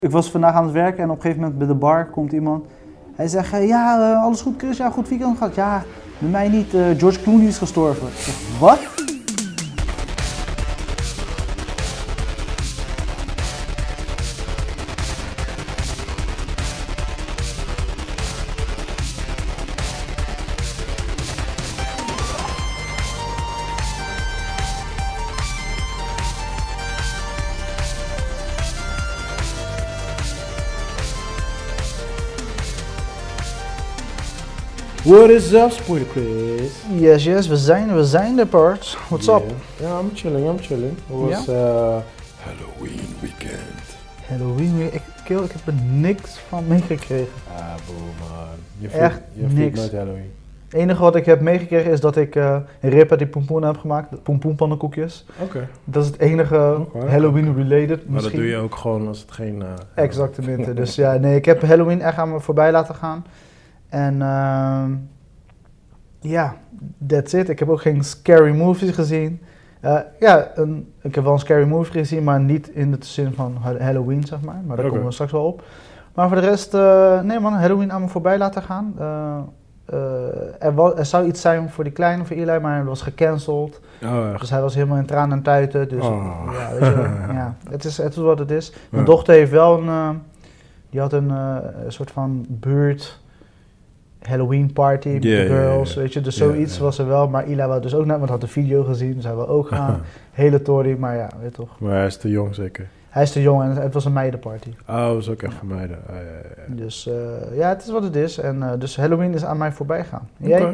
Ik was vandaag aan het werken en op een gegeven moment bij de bar komt iemand. Hij zegt, alles goed Chris? Ja, goed weekend gehad? Ja, bij mij niet. George Clooney is gestorven. Ik zeg, wat? What is up, Spoiler Chris? Yes, we zijn er, Parts. What's up? Ja, I'm chilling. Het was Halloween weekend. Halloween, ik heb er niks van meegekregen. Ah, boe man. Echt je niks. nooit Halloween. Het enige wat ik heb meegekregen is dat ik een rip uit die pompoen heb gemaakt. De pompoenpannenkoekjes. Oké. Dat is het enige Halloween-related. Maar dat doe je ook gewoon als het geen... Exactamente. Dus ja, nee, ik heb Halloween echt aan me voorbij laten gaan. En ja, that's it. Ik heb ook geen scary movies gezien. Ik heb wel een scary movie gezien, maar niet in de zin van Halloween, zeg maar. Maar daar komen we straks wel op. Maar voor de rest, nee man, Halloween aan me voorbij laten gaan. Er zou iets zijn voor die kleine, voor Eli, maar hij was gecanceld. Oh, dus hij was helemaal in tranen en tuiten. Dus ja, weet je wel, ja, het is wat het is. Mijn Ja. dochter heeft wel die had een soort van buurt Halloween party met de girls, weet je. Dus zoiets was er wel, maar Eli wou dus ook net, want had de video gezien, dus hij wil ook gaan. Hele tory, maar ja, weet toch. Maar hij is te jong zeker? Hij is te jong en het was een meidenparty. Oh, dat is ook echt voor meiden. Ja. Dus ja, het is wat het is. En dus Halloween is aan mij voorbij gaan. Jij?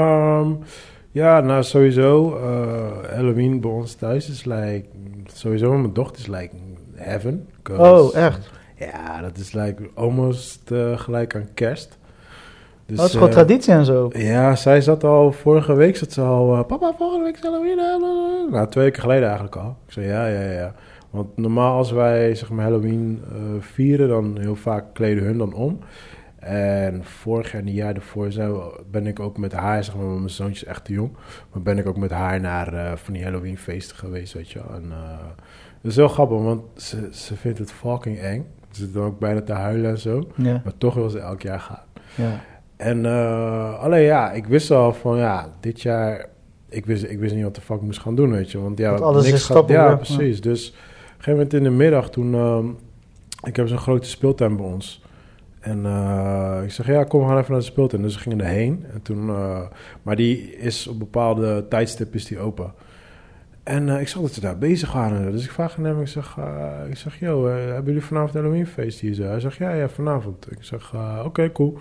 Ja, nou sowieso. Halloween bij ons thuis is sowieso mijn dochter is heaven. Oh, echt? Ja, dat is almost gelijk aan kerst. Dus, dat is gewoon traditie en zo. Ja, zij zat al, vorige week papa, volgende week is Halloween. Nou, 2 weken geleden eigenlijk al. Ik zei ja. Want normaal als wij zeg maar Halloween vieren, dan heel vaak kleden hun dan om. En vorig jaar en het jaar daarvoor ben ik ook met haar, zeg maar, mijn zoontje is echt te jong. Maar ben ik ook met haar naar van die Halloween feesten geweest, weet je wel. En dat is heel grappig, want ze vindt het fucking eng. Ze zit dan ook bijna te huilen en zo. Ja. Maar toch wil ze elk jaar gaan. Ja. En alleen ja, ik wist al van ja, dit jaar, ik wist niet wat de fuck ik moest gaan doen, weet je. Want ja, want alles niks is stappen. Ja, precies. Ja. Dus op een gegeven moment in de middag toen, ik heb zo'n grote speeltuin bij ons. En ik zeg, ja, kom, we gaan even naar de speeltuin. Dus we gingen erheen. En toen, maar die is op bepaalde tijdstip is die open. En ik zag dat ze daar bezig waren. Dus ik vraag aan hem, ik zeg, yo, hebben jullie vanavond Halloweenfeest hier zo? Hij zegt, ja, vanavond. Ik zeg, oké, cool.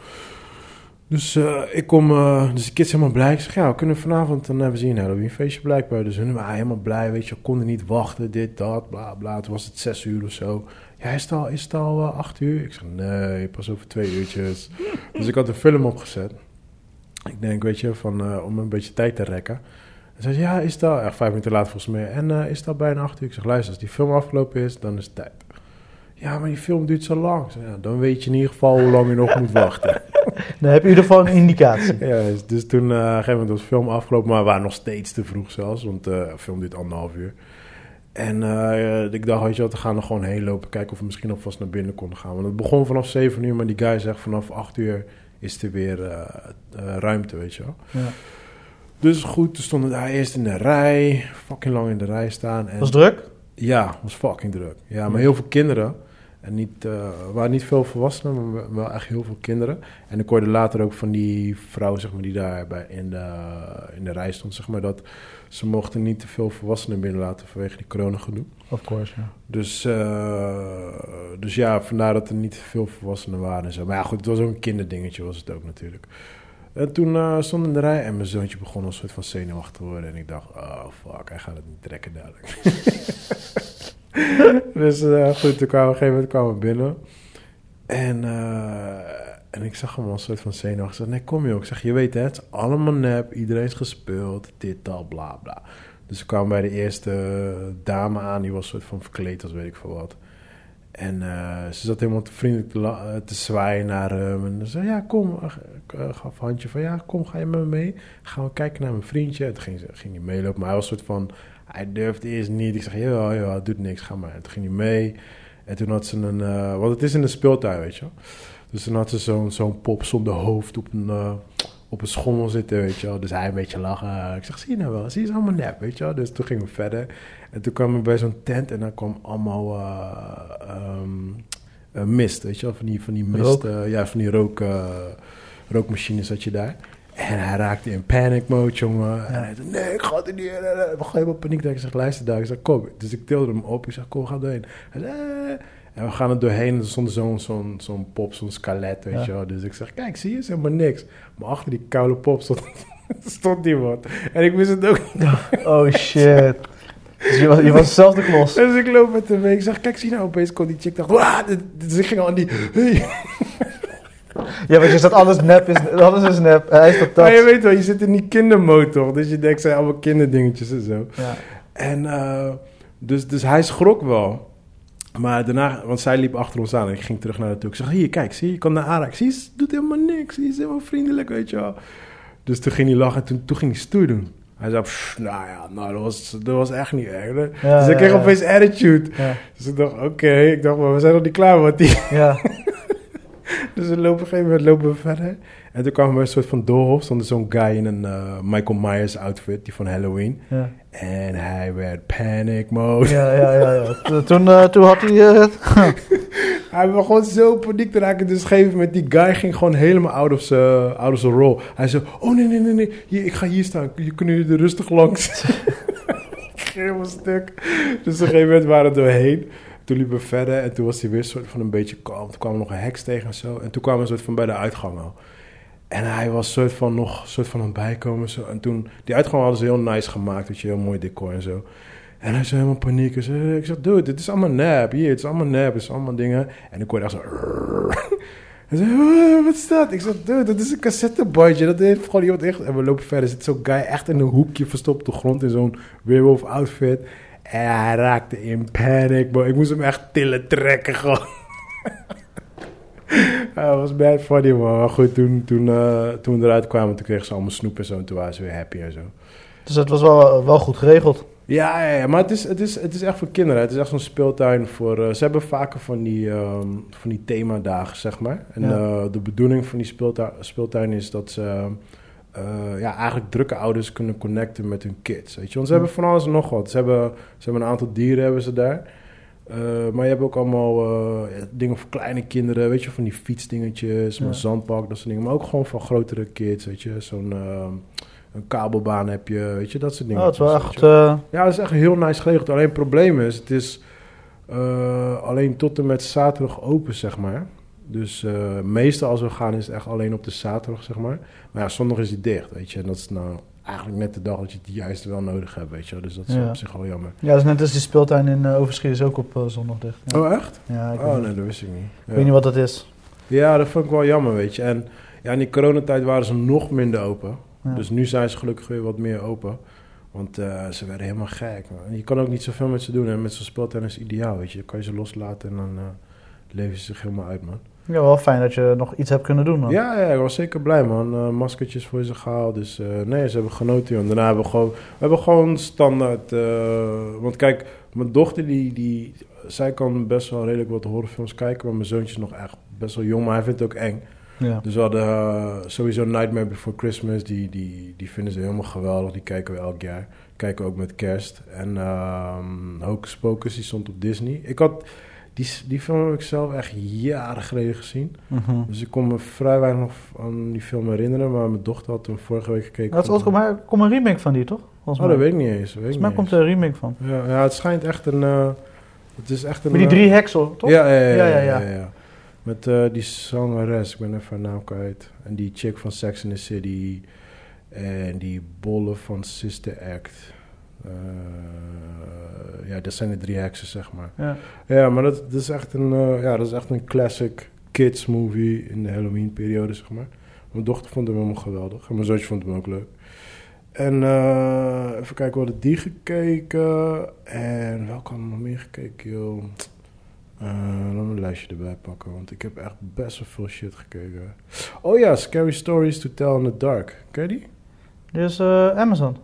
Dus ik kom, dus de kids helemaal blij. Ik zeg, ja, we kunnen vanavond, dan hebben ze een Halloweenfeestje blijkbaar. Dus hun waren helemaal blij, weet je, konden niet wachten, dit, dat, bla, bla. Toen was het 6 uur of zo. Ja, is het al 8 uur? Ik zeg, nee, pas over 2 uurtjes. Dus ik had een film opgezet. Ik denk, weet je, om een beetje tijd te rekken. En zei ze, ja, is dat... Echt 5 minuten later volgens mij. En is dat bijna 8 uur? Ik zeg, luister, als die film afgelopen is, dan is het tijd. Ja, maar die film duurt zo lang. Ik zeg, ja, dan weet je in ieder geval hoe lang je nog moet wachten. Dan heb je in ieder geval een indicatie. Ja, dus toen op een gegeven moment was de film afgelopen, maar we waren nog steeds te vroeg zelfs, want de film duurt 1,5 uur. En ik dacht, weet je wat, we gaan er gewoon heen lopen, kijken of we misschien alvast naar binnen konden gaan. Want het begon vanaf 7 uur, maar die guy zegt vanaf 8 uur is er weer ruimte, weet je wel. Ja. Dus goed, toen stonden daar eerst in de rij, fucking lang in de rij staan. En was druk? Ja, was fucking druk. Ja, maar heel veel kinderen. En waren niet veel volwassenen, maar wel echt heel veel kinderen. En ik hoorde later ook van die vrouw, zeg maar, die daar in de rij stond, zeg maar, dat ze mochten niet te veel volwassenen binnenlaten vanwege die coronagedoe. Of course, ja. Dus ja, vandaar dat er niet veel volwassenen waren en zo. Maar ja, goed, het was ook een kinderdingetje, was het ook natuurlijk. En toen stond in de rij en mijn zoontje begon een soort van zenuwachtig te worden. En ik dacht, oh fuck, hij gaat het niet trekken dadelijk. Dus goed, toen kwamen we op een gegeven moment binnen. En ik zag hem al een soort van zenuwachtig. Ik zei, nee, kom joh. Ik zeg, je weet het is allemaal nep. Iedereen is gespeeld. Dit, dat, bla, bla. Dus we kwamen bij de eerste dame aan. Die was een soort van verkleed als weet ik veel wat. En ze zat helemaal vriendelijk te zwaaien naar hem. En ze zei, ja, kom. Ik gaf een handje van, ja, kom, ga je met me mee? Gaan we kijken naar mijn vriendje. En toen ging hij meelopen. Maar hij was een soort van... Hij durfde eerst niet. Ik zeg, ja, doet niks, ga maar. En toen ging hij mee. En toen had ze want het is in een speeltuin, weet je wel. Dus toen had ze zo'n pop zonder hoofd op een schommel zitten, weet je wel. Dus hij een beetje lachen. Ik zeg, zie je nou wel? Zie je, is allemaal nep, weet je wel. Dus toen gingen we verder. En toen kwamen we bij zo'n tent en dan kwam allemaal mist, weet je wel. Van die mist, van die rookmachines had je daar. En hij raakte in panic mode, jongen. Ja. En hij zei, nee, ik ga er niet in. We gaan helemaal paniek. Ik zeg, luister daar. Ik zeg, kom. Dus ik tilde hem op. Ik zeg, kom, we gaan doorheen. Hij zei, En we gaan er doorheen. En er stond zo'n pop, zo'n skelet, weet je wel. Dus ik zeg, kijk, zie je, is helemaal niks. Maar achter die koude pop stond iemand. En ik wist het ook niet. Oh, shit. Dus je was zelf de klos. Dus ik loop met hem mee. Ik zeg, kijk, zie nou, opeens kon die chick dacht, dus ik ging al aan die... Ja, want je zegt alles is nep. Hij is maar je weet wel, je zit in die kindermode toch? Dus je denkt, zijn allemaal kinderdingetjes en zo. Ja. En dus hij schrok wel. Maar daarna, want zij liep achter ons aan en ik ging terug naar haar toe. Ik zeg, hier, kijk, zie je kan naar aanraken. Zie je, ze doet helemaal niks. Zie je, is helemaal vriendelijk, weet je wel. Dus toen ging hij lachen en toen ging hij stoer doen. Hij zei, dat was echt niet erg. Ja, dus ik kreeg opeens attitude. Ja. Dus ik dacht, oké. Maar we zijn nog niet klaar, wat die... Ja. Dus op een gegeven moment lopen we verder. En toen kwamen we een soort van doolhof. Stond er zo'n guy in een Michael Myers outfit, die van Halloween. Ja. En hij werd panic mode. Ja. Toen had hij... Hij begon zo paniek te raken. Dus op een gegeven moment, die guy ging gewoon helemaal out of zijn rol. Hij zei, oh nee. Hier, ik ga hier staan. Kunnen jullie er rustig langs? Ik ging helemaal stuk. Dus op een gegeven moment waren we doorheen. Toen liepen we verder en toen was hij weer soort van een beetje kalm. Toen kwam er nog een heks tegen en zo. En toen kwamen we soort van bij de uitgang al. En hij was soort van aan het bijkomen. Zo. En toen, die uitgang hadden ze heel nice gemaakt. Weet je, heel mooi decor en zo. En hij zei helemaal paniek. Ik zeg, dude, dit is allemaal nep. Hier, het is allemaal nep. Het is allemaal dingen. En ik hoorde echt zo... Hij zei, wat is dat? Ik zeg, dude, dat is een cassettebandje. Dat heeft gewoon iemand echt... En we lopen verder. Zit zo'n guy echt in een hoekje verstopt op de grond in zo'n werewolf outfit. En hij raakte in panic, maar ik moest hem echt tillen trekken gewoon. Dat was bad funny, man. Maar goed, toen we eruit kwamen, toen kregen ze allemaal snoep en zo. En toen waren ze weer happy en zo. Dus het was wel goed geregeld. Ja, maar het is echt voor kinderen. Het is echt zo'n speeltuin voor... ze hebben vaker van die themadagen, zeg maar. En de bedoeling van die speeltuin is dat ze... eigenlijk drukke ouders kunnen connecten met hun kids, weet je. Want ze hebben van alles en nog wat. Ze hebben een aantal dieren hebben ze daar. Maar je hebt ook allemaal dingen voor kleine kinderen, weet je. Van die fietsdingetjes, een zandpark, dat soort dingen. Maar ook gewoon van grotere kids, weet je. Zo'n een kabelbaan heb je, weet je, dat soort dingen. Oh, het is wel echt... Ja, dat is echt heel nice geregeld. Alleen het probleem is, het is alleen tot en met zaterdag open, zeg maar. Dus meestal als we gaan is het echt alleen op de zaterdag, zeg maar. Maar ja, zondag is hij dicht, weet je. En dat is nou eigenlijk net de dag dat je het juist wel nodig hebt, weet je. Dus dat is op zich wel jammer. Ja, dat is net als die speeltuin in Overschie is ook op zondag dicht. Ja. Oh, echt? Ja, nee, dat wist ik niet. Ik weet niet wat dat is. Ja, dat vond ik wel jammer, weet je. En ja, in die coronatijd waren ze nog minder open. Ja. Dus nu zijn ze gelukkig weer wat meer open. Want ze werden helemaal gek, man. Je kan ook niet zoveel met ze doen. En met zo'n speeltuin is het ideaal, weet je. Dan kan je ze loslaten en dan leven ze zich helemaal uit, man. Ja, wel fijn dat je nog iets hebt kunnen doen, man. Ja, ik was zeker blij, man. Maskertjes voor ze gehaald. Dus nee, ze hebben genoten, joh. Daarna hebben we gewoon standaard... want kijk, mijn dochter, zij kan best wel redelijk wat horrorfilms kijken. Maar mijn zoontje is nog echt best wel jong, maar hij vindt het ook eng. Ja. Dus we hadden sowieso Nightmare Before Christmas. Die vinden ze helemaal geweldig. Die kijken we elk jaar. Kijken we ook met kerst. En Hocus Pocus, die stond op Disney. Die film heb ik zelf echt jaren geleden gezien. Uh-huh. Dus ik kon me vrij weinig nog aan die film herinneren. Maar mijn dochter had hem vorige week gekeken. Er komt een remake van die, toch? Dat weet ik niet eens. Volgens mij komt er een remake van. Ja, het schijnt echt een... het is echt een... Met die 3 heksen, toch? Ja. Met die zangeres, ik ben even haar naam kwijt. En die chick van Sex and the City. En die bolle van Sister Act. Dat zijn de 3 heksen, zeg maar. Ja, maar dat is echt een classic kids movie in de Halloween periode, zeg maar. Mijn dochter vond hem helemaal geweldig. En mijn zoontje vond hem ook leuk. En even kijken, we hadden die gekeken. En welke hadden we nog meer gekeken, joh? Laat me een lijstje erbij pakken, want ik heb echt best wel veel shit gekeken. Oh ja, Scary Stories to Tell in the Dark. Ken je die? Die is Amazon.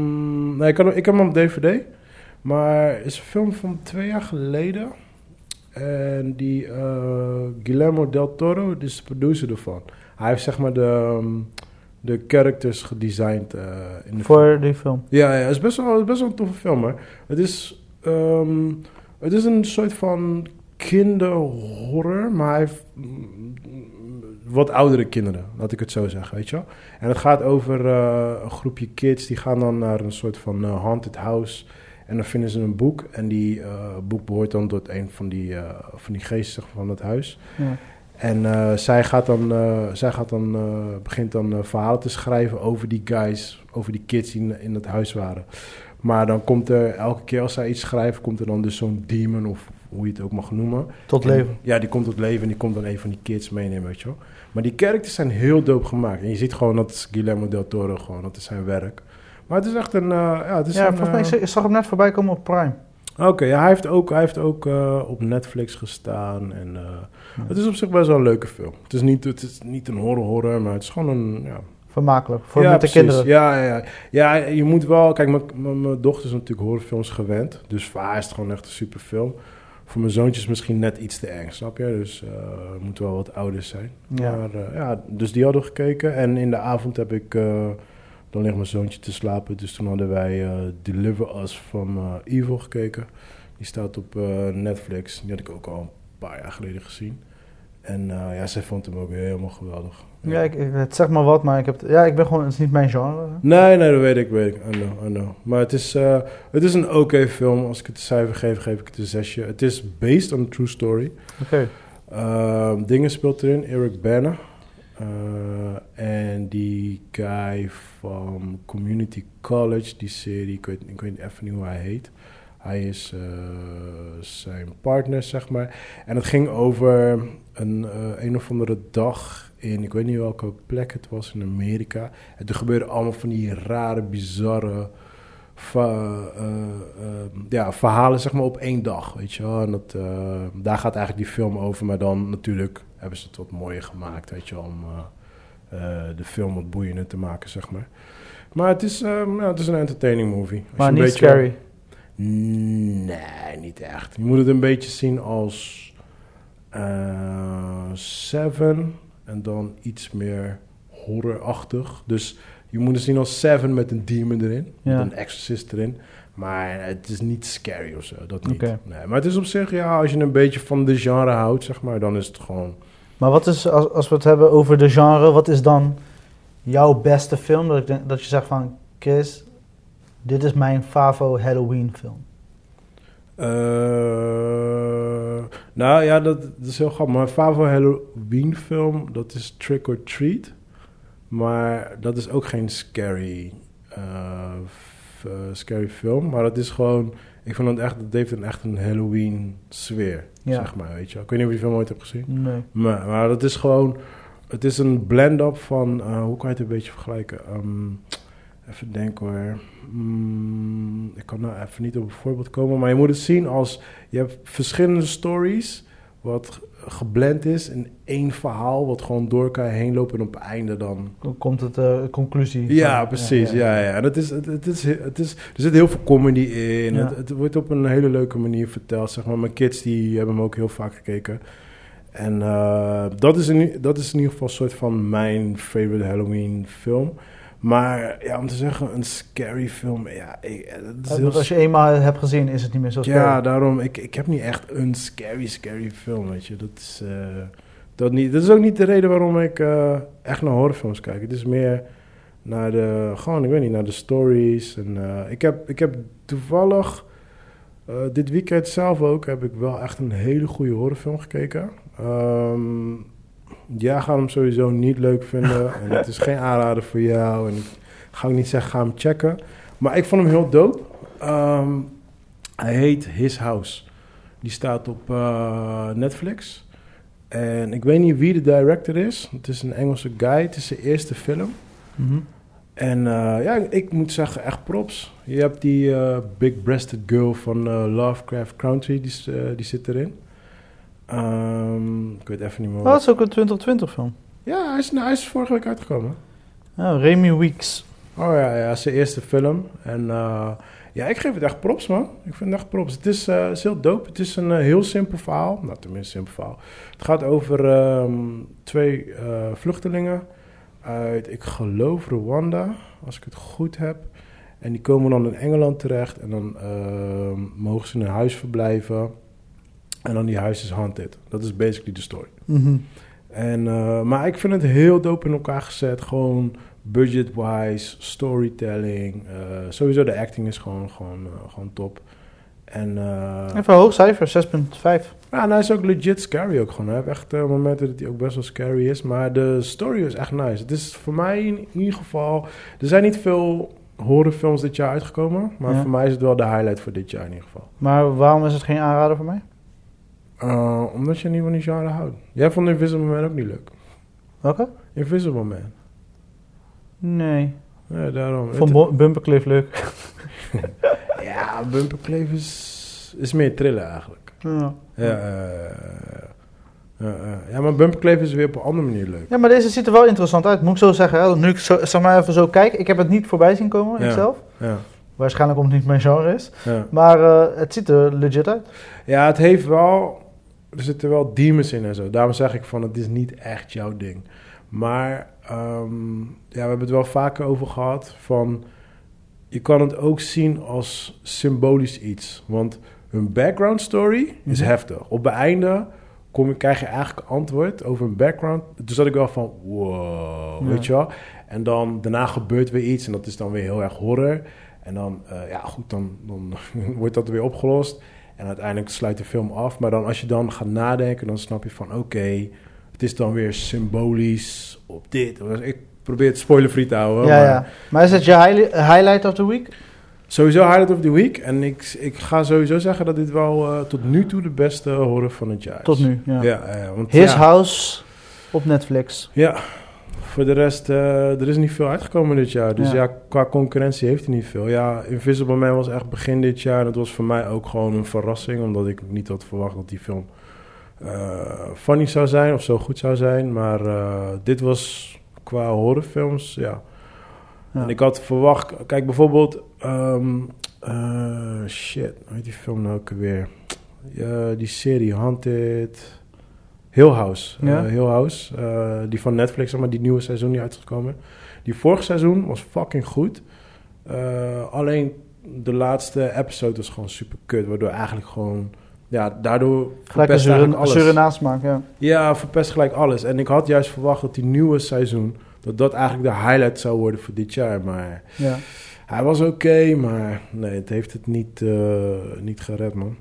Nee, ik heb hem op DVD. Maar het is een film van 2 jaar geleden. En die Guillermo del Toro is de producer ervan. Hij heeft zeg maar de characters gedesigned in de voor die film. Ja, het is best wel een toffe film, maar het is een soort van kinderhorror, maar hij heeft wat oudere kinderen, laat ik het zo zeggen, weet je wel. En het gaat over een groepje kids, die gaan dan naar een soort van haunted house en dan vinden ze een boek en die boek behoort dan tot een van die geesten van het huis. Ja. En zij begint dan verhalen te schrijven over die guys, over die kids die in het huis waren. Maar dan komt er, elke keer als zij iets schrijft, komt er dan dus zo'n demon, of hoe je het ook mag noemen. Tot leven. Ja, die komt tot leven en die komt dan een van die kids meenemen, weet je wel. Maar die characters zijn heel dope gemaakt. En je ziet gewoon, dat is Guillermo del Toro gewoon, dat is zijn werk. Maar het is echt een... volgens mij, ik zag hem net voorbij komen op Prime. Oké, ja, hij heeft ook op Netflix gestaan. En het is op zich best wel een leuke film. Het is niet een horror, maar het is gewoon een... Ja. Vermakelijk, met de kinderen. Ja, je moet wel... Kijk, mijn dochter is natuurlijk horrorfilms gewend. Dus voor haar is het gewoon echt een super film. Voor mijn zoontjes misschien net iets te eng, snap je? Dus moet wel wat ouder zijn. Ja. Maar dus die hadden we gekeken. En in de avond heb ik... dan ligt mijn zoontje te slapen. Dus toen hadden wij Deliver Us from Evil gekeken. Die staat op Netflix. Die had ik ook al een paar jaar geleden gezien. En zij vond hem ook helemaal geweldig. Ja, het zegt maar wat, maar ik ben gewoon, het is niet mijn genre. Nee, dat weet ik. I know. Maar het is een oké film. Als ik het een cijfer geef ik het een 6. Het is based on a true story. Oké. Dingen speelt erin, Eric Bana. En die guy van Community College, die serie, ik weet even niet hoe hij heet. Hij is zijn partner, zeg maar. En het ging over een of andere dag in, ik weet niet welke plek het was, in Amerika. En toen gebeurden allemaal van die rare, bizarre verhalen, zeg maar, op één dag, weet je wel. En daar gaat eigenlijk die film over, maar dan natuurlijk hebben ze het wat mooier gemaakt, weet je wel, om de film wat boeiender te maken, zeg maar. Maar het is een entertaining movie. Maar niet scary? Nee, niet echt. Je moet het een beetje zien als Seven en dan iets meer horrorachtig. Dus je moet het zien als Seven met een demon erin, met een exorcist erin. Maar het is niet scary of zo, dat niet. Okay. Nee, maar het is op zich, ja, als je een beetje van de genre houdt, zeg maar, dan is het gewoon... Maar wat is, als we het hebben over de genre, wat is dan jouw beste film? Dat je zegt van, Chris, dit is mijn favo Halloween film. Nou ja, dat is heel grappig. Mijn favo Halloween film, dat is Trick or Treat. Maar dat is ook geen scary film. Maar dat is gewoon... Ik vind het heeft echt een Halloween sfeer, zeg maar, weet je wel. Ik weet niet of je die film ooit hebt gezien. Nee. Maar dat is gewoon... Het is een blend-up van... hoe kan je het een beetje vergelijken? Even denken hoor. Ik kan nou even niet op een voorbeeld komen. Maar je moet het zien als... Je hebt verschillende stories... wat geblend is in één verhaal... wat gewoon door elkaar heen loopt... en op het einde dan komt het conclusie. Ja, precies. Ja. En er zit heel veel comedy in. Ja. Het wordt op een hele leuke manier verteld. Zeg maar. Mijn kids die hebben hem ook heel vaak gekeken. En dat is in ieder geval een soort van mijn favorite Halloween film... Maar ja, om te zeggen, een scary film, ja... als je eenmaal hebt gezien, is het niet meer zo scary. Ja, daarom, ik heb niet echt een scary film, weet je. Dat is ook niet de reden waarom ik echt naar horrorfilms kijk. Het is meer naar naar de stories. En ik heb toevallig, dit weekend zelf ook, heb ik wel echt een hele goede horrorfilm gekeken. Ja, ga hem sowieso niet leuk vinden. En het is geen aanrader voor jou. En ik ga ook niet zeggen, ga hem checken. Maar ik vond hem heel dope. Hij heet His House. Die staat op Netflix. En ik weet niet wie de director is. Het is een Engelse guy. Het is zijn eerste film. Mm-hmm. En ik moet zeggen, echt props. Je hebt die big-breasted girl van Lovecraft Country. Die zit erin. Ik weet even niet meer. Oh, dat is ook een 2020 film. Ja, hij is vorige week uitgekomen. Remy Weeks. Oh ja, zijn eerste film. En Ja, ik geef het echt props, man. Ik vind het echt props. Het is heel dope. Het is een heel simpel verhaal. Nou, tenminste een simpel verhaal. Het gaat over 2 vluchtelingen uit, ik geloof, Rwanda, als ik het goed heb. En die komen dan in Engeland terecht en dan mogen ze in een huis verblijven. En dan die huis is haunted. Dat is basically de story. Mm-hmm. Maar ik vind het heel dope in elkaar gezet. Gewoon budget-wise, storytelling. Sowieso de acting is gewoon top. En even hoog cijfer, 6,5. Ja, en hij is ook legit scary ook gewoon. Hij heeft echt momenten dat hij ook best wel scary is. Maar de story is echt nice. Het is voor mij in ieder geval... Er zijn niet veel horrorfilms dit jaar uitgekomen. Maar voor mij is het wel de highlight voor dit jaar in ieder geval. Maar waarom is het geen aanrader voor mij? Omdat je niet van die genre houdt. Jij vond Invisible Man ook niet leuk. Welke? Invisible Man. Nee. Ja, daarom. Ik vond Bumpercliff leuk. Ja, Bumpercliff is meer thriller eigenlijk. Ja. Ja, maar Bumpercliff is weer op een andere manier leuk. Ja, maar deze ziet er wel interessant uit. Moet ik zo zeggen, hè? Nu ik zeg maar even zo kijk. Ik heb het niet voorbij zien komen, ikzelf. Ja. Waarschijnlijk omdat het niet mijn genre is. Ja. Maar het ziet er legit uit. Ja, het heeft wel... Er zitten wel demons in en zo. Daarom zeg ik van, het is niet echt jouw ding. Maar we hebben het wel vaker over gehad van... Je kan het ook zien als symbolisch iets. Want hun background story is heftig. Op het einde krijg je eigenlijk antwoord over een background. Toen zat ik wel van, wow, weet je wel. En dan daarna gebeurt weer iets en dat is dan weer heel erg horror. En dan, dan wordt dat weer opgelost. En uiteindelijk sluit de film af. Maar dan als je dan gaat nadenken, dan snap je van oké, het is dan weer symbolisch op dit. Ik probeer het spoilerfree te houden. Maar is het je highlight of the week? Sowieso highlight of the week. En ik ga sowieso zeggen dat dit wel tot nu toe de beste horror van het jaar is. Tot nu, ja. Want, His House op Netflix. Ja, voor de rest, er is niet veel uitgekomen dit jaar. Dus qua concurrentie heeft hij niet veel. Ja, Invisible Man was echt begin dit jaar. En dat was voor mij ook gewoon een verrassing. Omdat ik niet had verwacht dat die film funny zou zijn of zo goed zou zijn. Maar dit was qua horrorfilms, ja. En ik had verwacht... Kijk, bijvoorbeeld... shit, hoe heet die film nou ook weer? Die serie, Haunted... Hill House. Hill House. Die van Netflix, zeg maar, die nieuwe seizoen die uit is gekomen. Die vorige seizoen was fucking goed. Alleen de laatste episode was gewoon super kut. Waardoor eigenlijk gewoon... Ja, daardoor verpest eigenlijk alles. Zure nasmaak, ja. Ja, verpest gelijk alles. En ik had juist verwacht dat die nieuwe seizoen... dat eigenlijk de highlight zou worden voor dit jaar. Maar hij was oké, maar nee, het heeft het niet gered, man.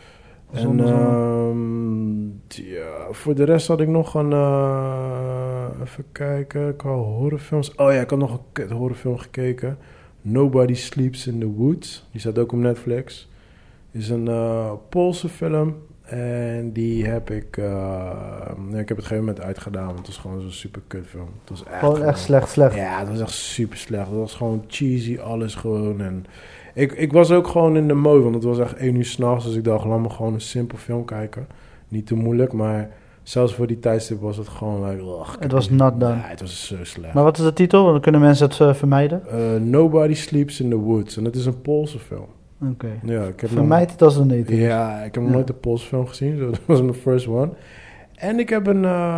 Voor de rest had ik nog een... even kijken, qua horrorfilms. Oh ja, ik had nog een kut horrorfilm gekeken. Nobody Sleeps in the Woods. Die staat ook op Netflix. Is een Poolse film. En die heb ik... ik heb het op een gegeven moment uitgedaan. Want het was gewoon zo'n super kut film. Het was echt slecht. Ja, het was echt super slecht. Het was gewoon cheesy, alles gewoon. En ik was ook gewoon in de mode. Want het was echt 1 uur 's nachts. Dus ik dacht, laat me gewoon een simpel film kijken. Niet te moeilijk, maar... Zelfs voor die tijdstip was het gewoon... Het was not done. Ja, het was zo slecht. Maar wat is de titel? Dan kunnen mensen het vermijden. Nobody Sleeps in the Woods. En het is een Poolse film. Oké. Ja, vermijd het als een natief. Ja, ik heb nog nooit een Poolse film gezien. Dat was mijn first one. En ik heb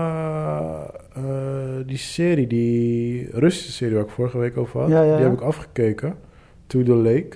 die serie, die Russische serie waar ik vorige week over had. Die heb ik afgekeken. To the Lake.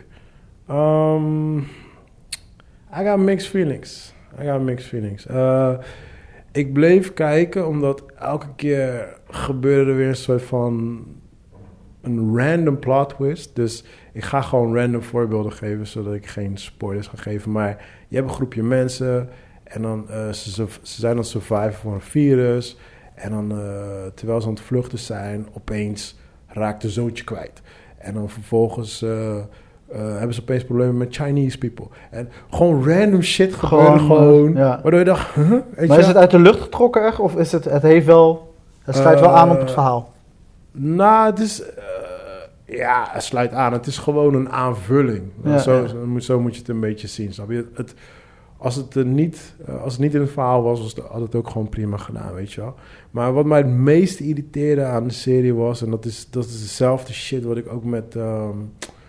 I got mixed feelings. Ik bleef kijken, omdat elke keer gebeurde er weer een soort van een random plot twist. Dus ik ga gewoon random voorbeelden geven, zodat ik geen spoilers ga geven. Maar je hebt een groepje mensen en dan ze zijn aan het surviven voor een virus. En dan, terwijl ze aan het vluchten zijn, opeens raakt de zoontje kwijt. En dan vervolgens... hebben ze opeens problemen met Chinese people. En gewoon random shit gebeurde gewoon. Waardoor je dacht... Maar is het uit de lucht getrokken echt? Of is het heeft wel... Het sluit wel aan op het verhaal? Nou, het is... het sluit aan. Het is gewoon een aanvulling. Zo moet je het een beetje zien, snap je? Als het niet in het verhaal was, had het ook gewoon prima gedaan, weet je wel. Maar wat mij het meest irriteerde aan de serie was... En dat is dezelfde shit wat ik ook met...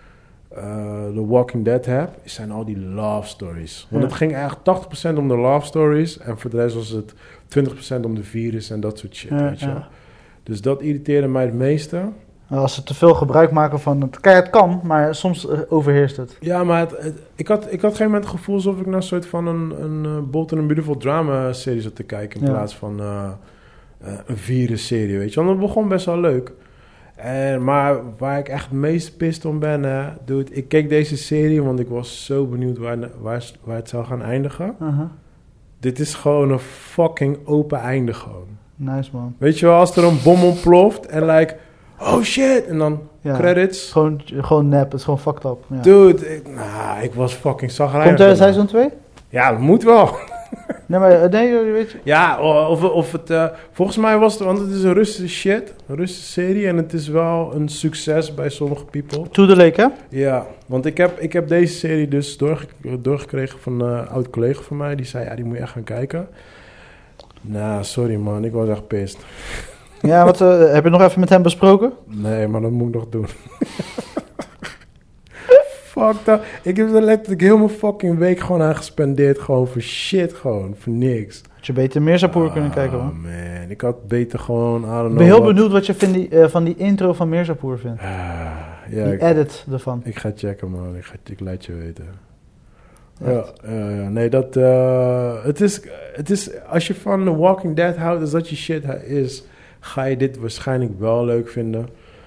The Walking Dead heb, zijn al die love stories. Want Ja. het ging echt 80% om de love stories en voor de rest was het 20% om de virus en dat soort shit, weet je wel. Dus dat irriteerde mij het meeste. Als ze te veel gebruik maken van het... Kijk, het kan, maar soms overheerst het. Ja, maar ik had op een gegeven moment het gevoel alsof ik naar een soort van een Bold and a Beautiful drama serie zat te kijken in plaats van een virus-serie, weet je. Want het begon best wel leuk. Maar waar ik echt het meest pist om ben, dude, ik keek deze serie, want ik was zo benieuwd waar het zou gaan eindigen. Dit is gewoon een fucking open einde gewoon. Nice, man. Weet je wel, als er een bom ontploft en like, oh shit, en dan credits. Gewoon nep, het is gewoon fucked up. Ja. Dude, ik was fucking zagrijnig. Komt er seizoen 2? Ja, dat moet wel. Nee, maar weet je... Ja, of het... volgens mij was het... Want het is een Russische serie. En het is wel een succes bij sommige people. To the Lake, hè? Ja, want ik heb deze serie dus doorgekregen van een oud collega van mij. Die zei, ja, die moet je echt gaan kijken. Nou, sorry man, ik was echt pissed. Ja, wat heb je nog even met hem besproken? Nee, maar dat moet ik nog doen. Fuck dat. Ik heb er letterlijk heel mijn fucking week gewoon aan gespendeerd. Gewoon voor shit, gewoon. Voor niks. Had je beter Mirzapour kunnen kijken, man. Man. Ik had beter gewoon... Ik ben heel benieuwd wat je van die intro van Mirzapour vindt. Ja, die edit ervan. Ik ga checken, man. Ik laat je weten. Ja. Nee, dat... het is... Als je van The Walking Dead houdt, als dat je shit is... ga je dit waarschijnlijk wel leuk vinden.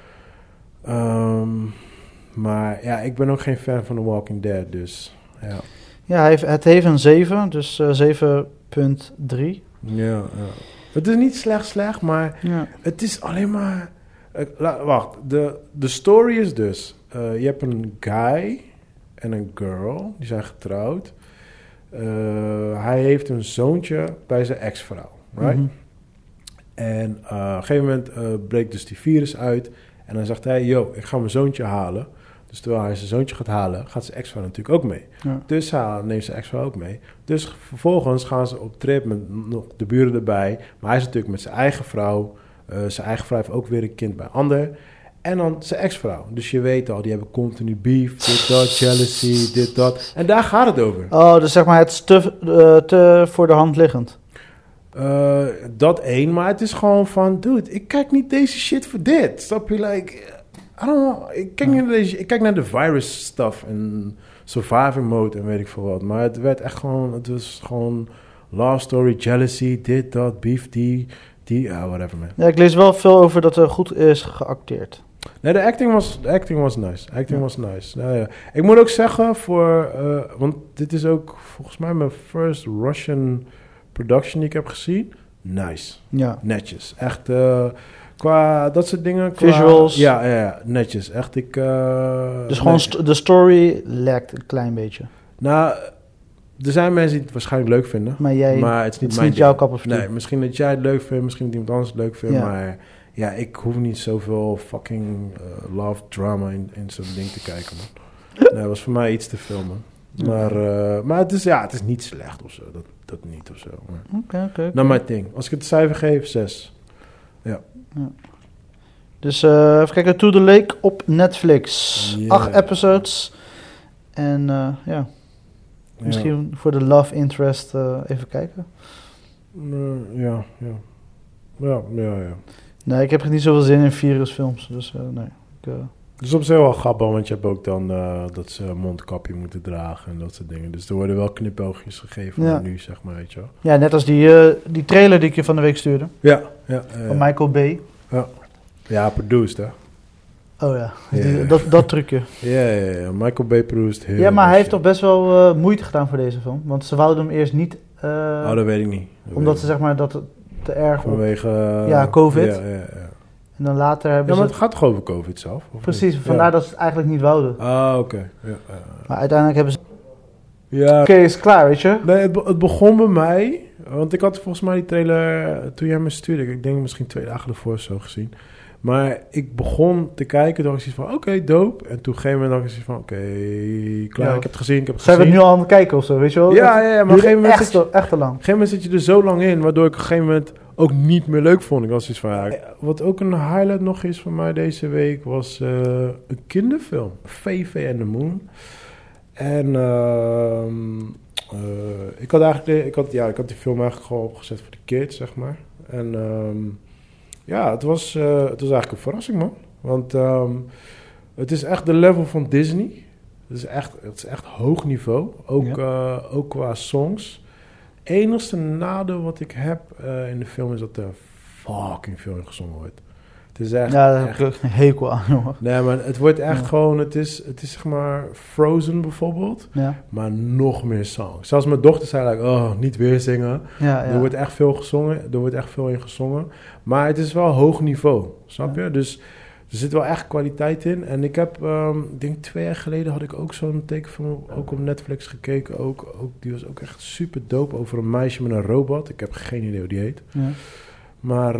Maar ja, ik ben ook geen fan van The Walking Dead, dus ja. Ja, het heeft een 7, dus 7.3. Ja. Het is niet slecht, maar het is alleen maar... wacht, de story is dus... je hebt een guy en een girl, die zijn getrouwd. Hij heeft een zoontje bij zijn ex-vrouw, right? Mm-hmm. En op een gegeven moment breekt dus die virus uit... En dan zegt hij, yo, ik ga mijn zoontje halen. Dus terwijl hij zijn zoontje gaat halen, gaat zijn ex-vrouw natuurlijk ook mee. Ja. Dus hij neemt zijn ex-vrouw ook mee. Dus vervolgens gaan ze op trip met nog de buren erbij. Maar hij is natuurlijk met zijn eigen vrouw. Zijn eigen vrouw heeft ook weer een kind bij een ander. En dan zijn ex-vrouw. Dus je weet al, die hebben continu beef, dit, dat, jealousy, dit, dat. En daar gaat het over. Oh, dus zeg maar, het is te voor de hand liggend. Dat één, maar het is gewoon van, dude, ik kijk niet deze shit voor dit. Snap je? Like, I don't know. Ik kijk naar de virus stuff en surviving mode en weet ik veel wat. Maar het werd echt gewoon, het was gewoon love story, jealousy, dit, dat, beef, die, whatever, man. Ja, ik lees wel veel over dat er goed is geacteerd. Nee, de acting was nice. Was nice. Nou, ja. Ik moet ook zeggen, want dit is ook volgens mij mijn first Russian production die ik heb gezien. Nice. Ja. Netjes. Echt, qua dat soort dingen. Visuals. Ja, netjes. Echt, dus gewoon de story lekt een klein beetje. Nou, er zijn mensen die het waarschijnlijk leuk vinden. Maar het is niet jouw cup of tea. Nee, misschien dat jij het leuk vindt, misschien dat iemand anders het leuk vindt. Ja. Maar ja, ik hoef niet zoveel fucking love drama in zo'n ding te kijken, man. Nee, dat was voor mij iets te veel, man. Maar het is niet slecht of zo. Dat niet of zo. Oké. Nou, mijn ding. Als ik het een cijfer geef, 6. Ja. Dus even kijken. To the Lake op Netflix. 8 episodes. En misschien voor de love interest even kijken. Ja. Nee, ik heb niet zoveel zin in virusfilms. Dus nee. Dus op zich wel grappig, want je hebt ook dan dat ze een mondkapje moeten dragen en dat soort dingen. Dus er worden wel knipoogjes gegeven nu, zeg maar, weet je wel. Ja, net als die trailer die ik je van de week stuurde. Ja. Van Michael Bay. Ja, produced, hè. Oh ja, dat trucje. Ja, Michael Bay produced heel. Ja, maar hij heeft toch best wel moeite gedaan voor deze film. Want ze wouden hem eerst niet... dat weet ik niet. Omdat ze zeg maar dat het te erg... Vanwege... COVID. Ja. En dan later hebben maar het gaat toch over COVID zelf? Precies, vandaar dat ze het eigenlijk niet wouden. Oké. Ja. Maar uiteindelijk hebben ze... Ja. Oké, is klaar, weet je? Nee, het begon bij mij. Want ik had volgens mij die trailer toen jij me stuurde. Ik denk misschien 2 dagen ervoor zo gezien. Maar ik begon te kijken. Toen dacht ik van oké, dope. En toen op een gegeven moment dacht ik van oké, klaar. Ja. Ik heb het gezien. Zijn we het nu al aan het kijken of zo, weet je wel? Ja. Maar op een gegeven moment echt te lang. Op een gegeven moment zit je er zo lang in. Waardoor ik op een gegeven moment ook niet meer leuk vond. Ik was iets van, ja. Wat ook een highlight nog is van mij deze week was een kinderfilm. VV and the Moon. En ik had die film eigenlijk gewoon opgezet voor de kids, zeg maar. En het was eigenlijk een verrassing, man. Want het is echt de level van Disney. Het is echt hoog niveau. Ook qua songs. Enigste nadeel wat ik heb in de film is dat er fucking veel in gezongen wordt. Het is echt... Ja, daar heb ik een hekel aan, jongen. Nee, maar het wordt echt gewoon... Het is zeg maar Frozen bijvoorbeeld. Ja. Maar nog meer songs. Zelfs mijn dochter zei niet weer zingen. Ja. Er wordt echt veel gezongen. Er wordt echt veel in gezongen. Maar het is wel hoog niveau. Snap je? Dus er zit wel echt kwaliteit in. En ik heb, ik denk 2 jaar geleden had ik ook zo'n tekenfilm ook op Netflix gekeken. Ook, die was ook echt super dope over een meisje met een robot. Ik heb geen idee hoe die heet. Ja. Maar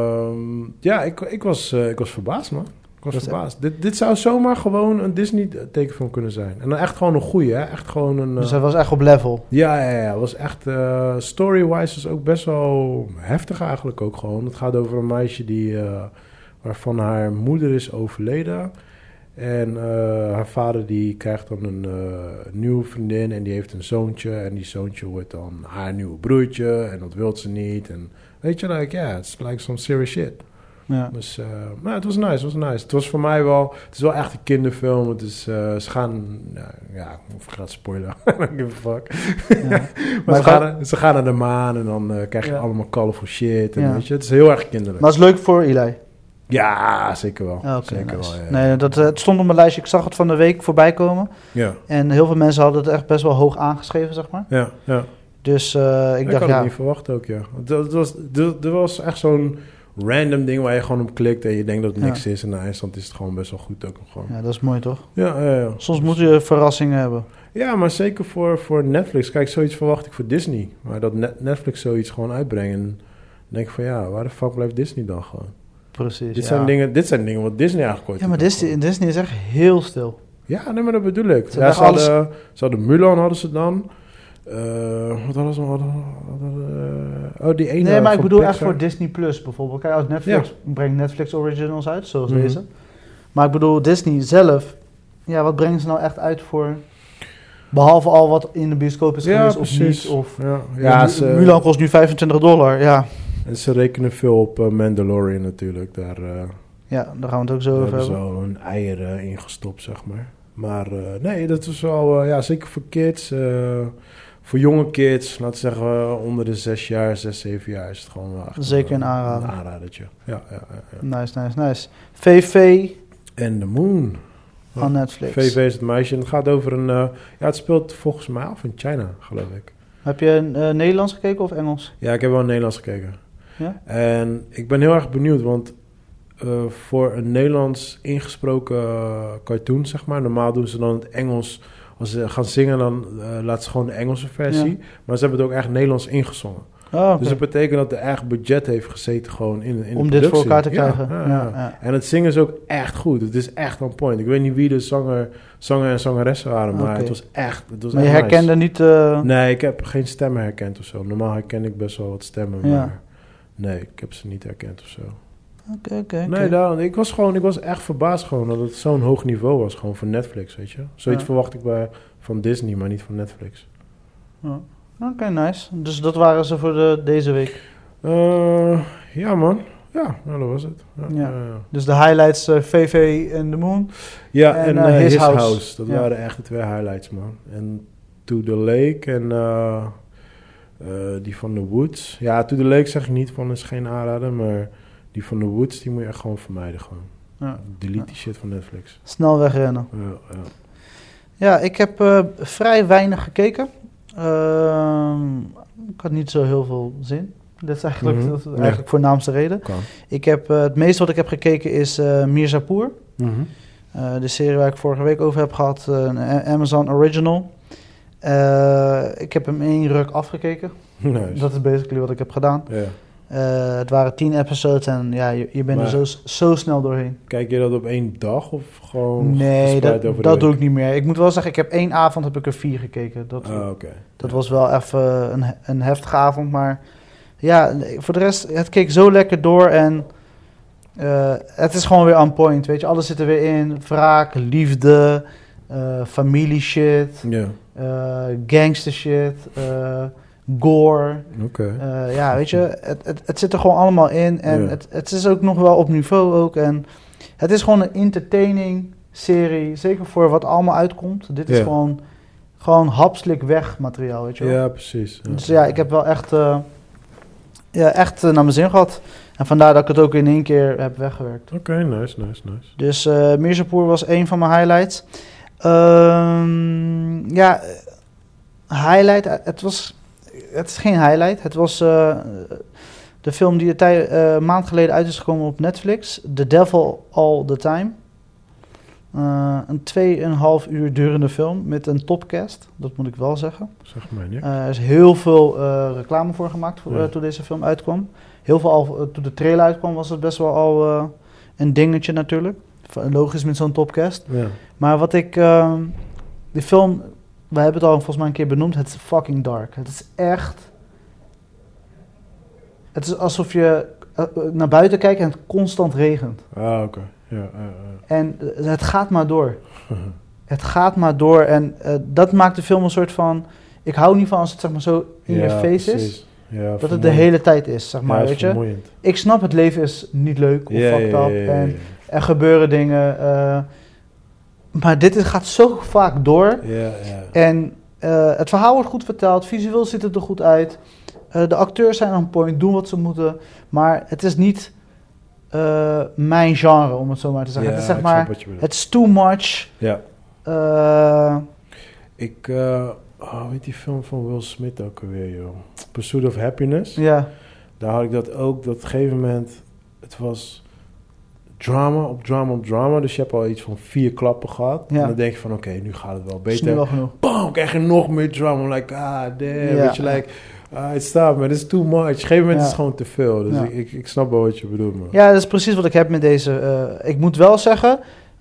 ik was verbaasd, man. Ik was verbaasd. Dit zou zomaar gewoon een Disney tekenfilm kunnen zijn. En dan echt gewoon een goeie, hè? Echt gewoon een... Dus hij was echt op level? Ja. Het was echt... story-wise was ook best wel heftig eigenlijk ook gewoon. Het gaat over een meisje die... waarvan haar moeder is overleden. En haar vader die krijgt dan een nieuwe vriendin en die heeft een zoontje. En die zoontje wordt dan haar nieuwe broertje en dat wil ze niet. En weet je, het is like some serious shit. Ja. Dus, maar het was nice. Het was voor mij wel... Het is wel echt een kinderfilm. Het is, ze gaan... ik ga het spoilen. I don't give a fuck. Ja. maar ze gaan naar de maan en dan krijg je allemaal colorful shit. En weet je, het is heel erg kinderlijk. Maar het is leuk voor Eli? Ja, zeker wel. Okay, zeker nice. wel, ja. Nee, het stond op mijn lijstje. Ik zag het van de week voorbij komen. Ja. En heel veel mensen hadden het echt best wel hoog aangeschreven, zeg maar. Ja. Dus ik dacht, had het niet verwacht ook, ja. Er was echt zo'n random ding waar je gewoon op klikt en je denkt dat het niks is. En na eindstand is het gewoon best wel goed ook nog gewoon. Ja, dat is mooi, toch? Ja. Soms moet je verrassingen hebben. Ja, maar zeker voor Netflix. Kijk, zoiets verwacht ik voor Disney. Maar dat Netflix zoiets gewoon uitbrengt. En dan denk ik van, waar de fuck blijft Disney dan gewoon? Precies, dit zijn dingen wat Disney eigenlijk ooit... Ja, maar Disney is echt heel stil. Ja, nee, maar dat bedoel ik. Ze hadden Mulan, hadden ze dan. Wat hadden ze? Die ene... Nee, maar ik bedoel echt voor Disney Plus bijvoorbeeld. Kijk, als Netflix brengt Netflix Originals uit, zoals deze. Maar ik bedoel, Disney zelf... Ja, wat brengen ze nou echt uit voor... Behalve al wat in de bioscoop is geweest of niet. Of, Mulan kost nu $25, ja. En ze rekenen veel op Mandalorian natuurlijk. Daar gaan we het ook zo over hebben. Zo een eieren ingestopt, zeg maar. Maar nee, dat is wel... zeker voor kids. Voor jonge kids, laten we zeggen onder de 6 jaar, 6, 7 jaar... is het gewoon wel echt zeker een aanrader. Een aanradertje. Ja. Nice. VV... And the Moon. Van Netflix. VV is het meisje. En het gaat over een... het speelt volgens mij af in China, geloof ik. Heb je Nederlands gekeken of Engels? Ja, ik heb wel Nederlands gekeken. Ja? En ik ben heel erg benieuwd, want voor een Nederlands ingesproken cartoon, zeg maar... Normaal doen ze dan het Engels... Als ze gaan zingen, dan laten ze gewoon de Engelse versie. Ja. Maar ze hebben het ook echt Nederlands ingezongen. Oh, okay. Dus dat betekent dat er echt budget heeft gezeten gewoon in de om productie. dit voor elkaar te krijgen. Ja. En het zingen is ook echt goed. Het is echt on point. Ik weet niet wie de zanger en zangeressen waren, maar het was echt maar je herkende niet... Nee, ik heb geen stemmen herkend of zo. Normaal herken ik best wel wat stemmen, maar nee, ik heb ze niet herkend of zo. Oké. Nee, ik was echt verbaasd gewoon dat het zo'n hoog niveau was gewoon van Netflix, weet je. Zoiets verwacht ik van Disney, maar niet van Netflix. Oké, nice. Dus dat waren ze voor deze week? Ja, man. Ja, dat was het. Ja. Dus de highlights, VV and the Moon. Ja, en His House. Dat waren echt de 2 highlights, man. En To the Lake en die van The Woods. Ja, To the Lake zeg ik niet van, is geen aanrader, maar die van The Woods, die moet je echt gewoon vermijden. Gewoon. Ja. Delete die shit van Netflix. Snel wegrennen. Ja, ik heb vrij weinig gekeken. Ik had niet zo heel veel zin. Dat is eigenlijk de voornaamste reden. Ik heb, het meeste wat ik heb gekeken is Mirzapur. De serie waar ik vorige week over heb gehad. Een Amazon Original. Ik heb hem 1 ruk afgekeken. Nice. Dat is basically wat ik heb gedaan. Yeah. Het waren 10 episodes en ja, je bent er zo snel doorheen. Kijk je dat op 1 dag of gewoon nee, dat doe ik niet meer. Ik moet wel zeggen, ik heb 1 avond heb ik er 4 gekeken. Dat was wel even een heftige avond, maar ja, voor de rest, het keek zo lekker door en het is gewoon weer on point, weet je. Alles zit er weer in. Wraak, liefde, familie shit, gangster shit, gore. Ja, weet je, het zit er gewoon allemaal in en het is ook nog wel op niveau ook. En het is gewoon een entertaining serie, zeker voor wat allemaal uitkomt. Dit is gewoon hapslik weg materiaal, weet je wel. Ja, precies. Ja. Dus ja, ik heb wel echt naar mijn zin gehad. En vandaar dat ik het ook in 1 keer heb weggewerkt. Oké, nice. Dus Mirzapur was 1 van mijn highlights. Ja, highlight, het is geen highlight. Het was de film die een maand geleden uit is gekomen op Netflix. The Devil All the Time. Een 2,5 uur durende film met een topcast, dat moet ik wel zeggen. Zeg maar niet. Er is heel veel reclame voor gemaakt toen deze film uitkwam. Heel veel al, toen de trailer uitkwam was het best wel al een dingetje natuurlijk. Logisch met zo'n topcast. Ja. Maar wat ik... die film, we hebben het al volgens mij een keer benoemd, het is fucking dark. Het is echt... Het is alsof je naar buiten kijkt en het constant regent. Ah, oké. Ja. En het gaat maar door. Het gaat maar door en dat maakt de film een soort van... Ik hou niet van als het zeg maar zo in je face is. Ja, dat het de hele tijd is, zeg maar, weet je. Vermoeiend. Ik snap het leven is niet leuk of fucked up en er gebeuren dingen. Maar dit gaat zo vaak door. En het verhaal wordt goed verteld, visueel ziet het er goed uit. De acteurs zijn on point, doen wat ze moeten. Maar het is niet mijn genre, om het zo maar te zeggen. Het is zeg maar, het is too much. Ja. Weet die film van Will Smith ook alweer, joh. Pursuit of Happiness. Ja. Daar had ik dat ook, dat op een gegeven moment, het was drama op drama op drama. Dus je hebt al iets van 4 klappen gehad. Ja. En dan denk je van, oké, nu gaat het wel beter. Is nu wel genoeg. Bam, krijg je nog meer drama. Like, damn, weet je, like... het staat, maar het is too much. Op een gegeven moment is het gewoon te veel. Dus ik snap wel wat je bedoelt, man. Ja, dat is precies wat ik heb met deze. Ik moet wel zeggen,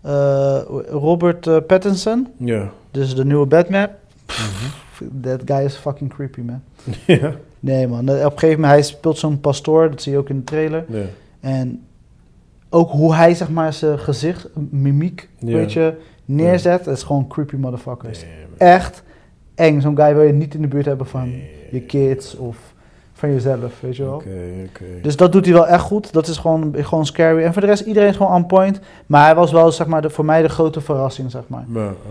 Robert Pattinson, dus de nieuwe Batman, that guy is fucking creepy, man. Ja. Nee, man. Op een gegeven moment, hij speelt zo'n pastoor, dat zie je ook in de trailer. Ja. En ook hoe hij, zeg maar, zijn gezicht, mimiek, weet je, neerzet, dat is gewoon creepy motherfuckers. Echt eng. Zo'n guy wil je niet in de buurt hebben van je kids of van jezelf, weet je wel. Okay. Dus dat doet hij wel echt goed. Dat is gewoon scary. En voor de rest, iedereen is gewoon on point. Maar hij was wel, zeg maar, voor mij de grote verrassing, zeg maar.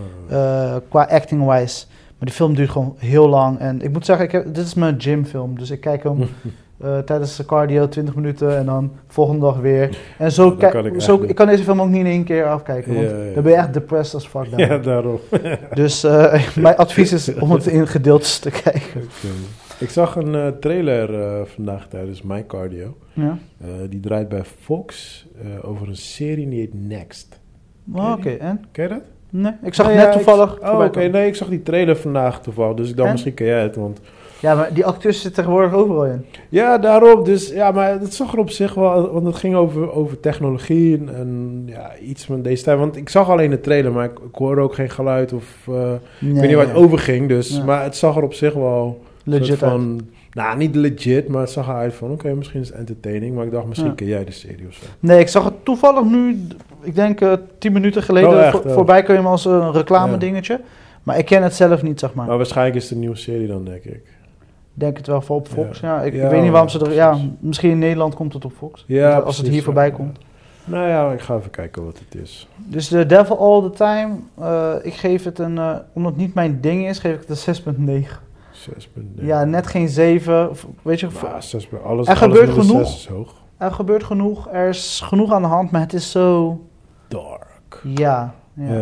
Qua acting-wise. Maar die film duurt gewoon heel lang. En ik moet zeggen, dit is mijn gymfilm. Dus ik kijk hem tijdens de cardio 20 minuten en dan volgende dag weer. En ik kan deze film ook niet in 1 keer afkijken. Want dan ben je echt depressed as fuck. Ja, daarom. Dus mijn advies is om het in gedeeltes te kijken. Okay. Ik zag een trailer vandaag tijdens mijn cardio. Ja. Die draait bij Fox over een serie die heet Next. Oké, en? Ken je dat? Nee, ik zag net toevallig. Nee, ik zag die trailer vandaag toevallig. Dus ik dacht, misschien ken jij het, want... Ja, maar die acteurs zitten tegenwoordig overal in. Ja, daarom. Dus ja, maar het zag er op zich wel... Want het ging over technologie en ja, iets van deze tijd. Want ik zag alleen de trailer, maar ik hoorde ook geen geluid of... ik weet niet waar het over ging, dus... Ja. Maar het zag er op zich wel... Legit van, nou, niet legit, maar het zag eruit van... Oké, misschien is het entertaining, maar ik dacht, misschien ken jij de serie of zo. Nee, ik zag het toevallig nu... Ik denk 10 minuten geleden voorbij kun je hem als een reclame dingetje. Maar ik ken het zelf niet, zeg maar. Maar waarschijnlijk is het een nieuwe serie dan, denk ik. Denk het wel voor op Fox. Ja, ik weet niet waarom ze er... Ja, misschien in Nederland komt het op Fox. Ja, als het hier voorbij komt. Nou ja, ik ga even kijken wat het is. Dus The Devil All the Time. Ik geef het omdat het niet mijn ding is, geef ik het een 6,9. 6,9. Ja, net geen 7. Weet je, alles gebeurt genoeg. 6 is hoog. Er gebeurt genoeg. Er is genoeg aan de hand, maar het is zo... dark. Ja.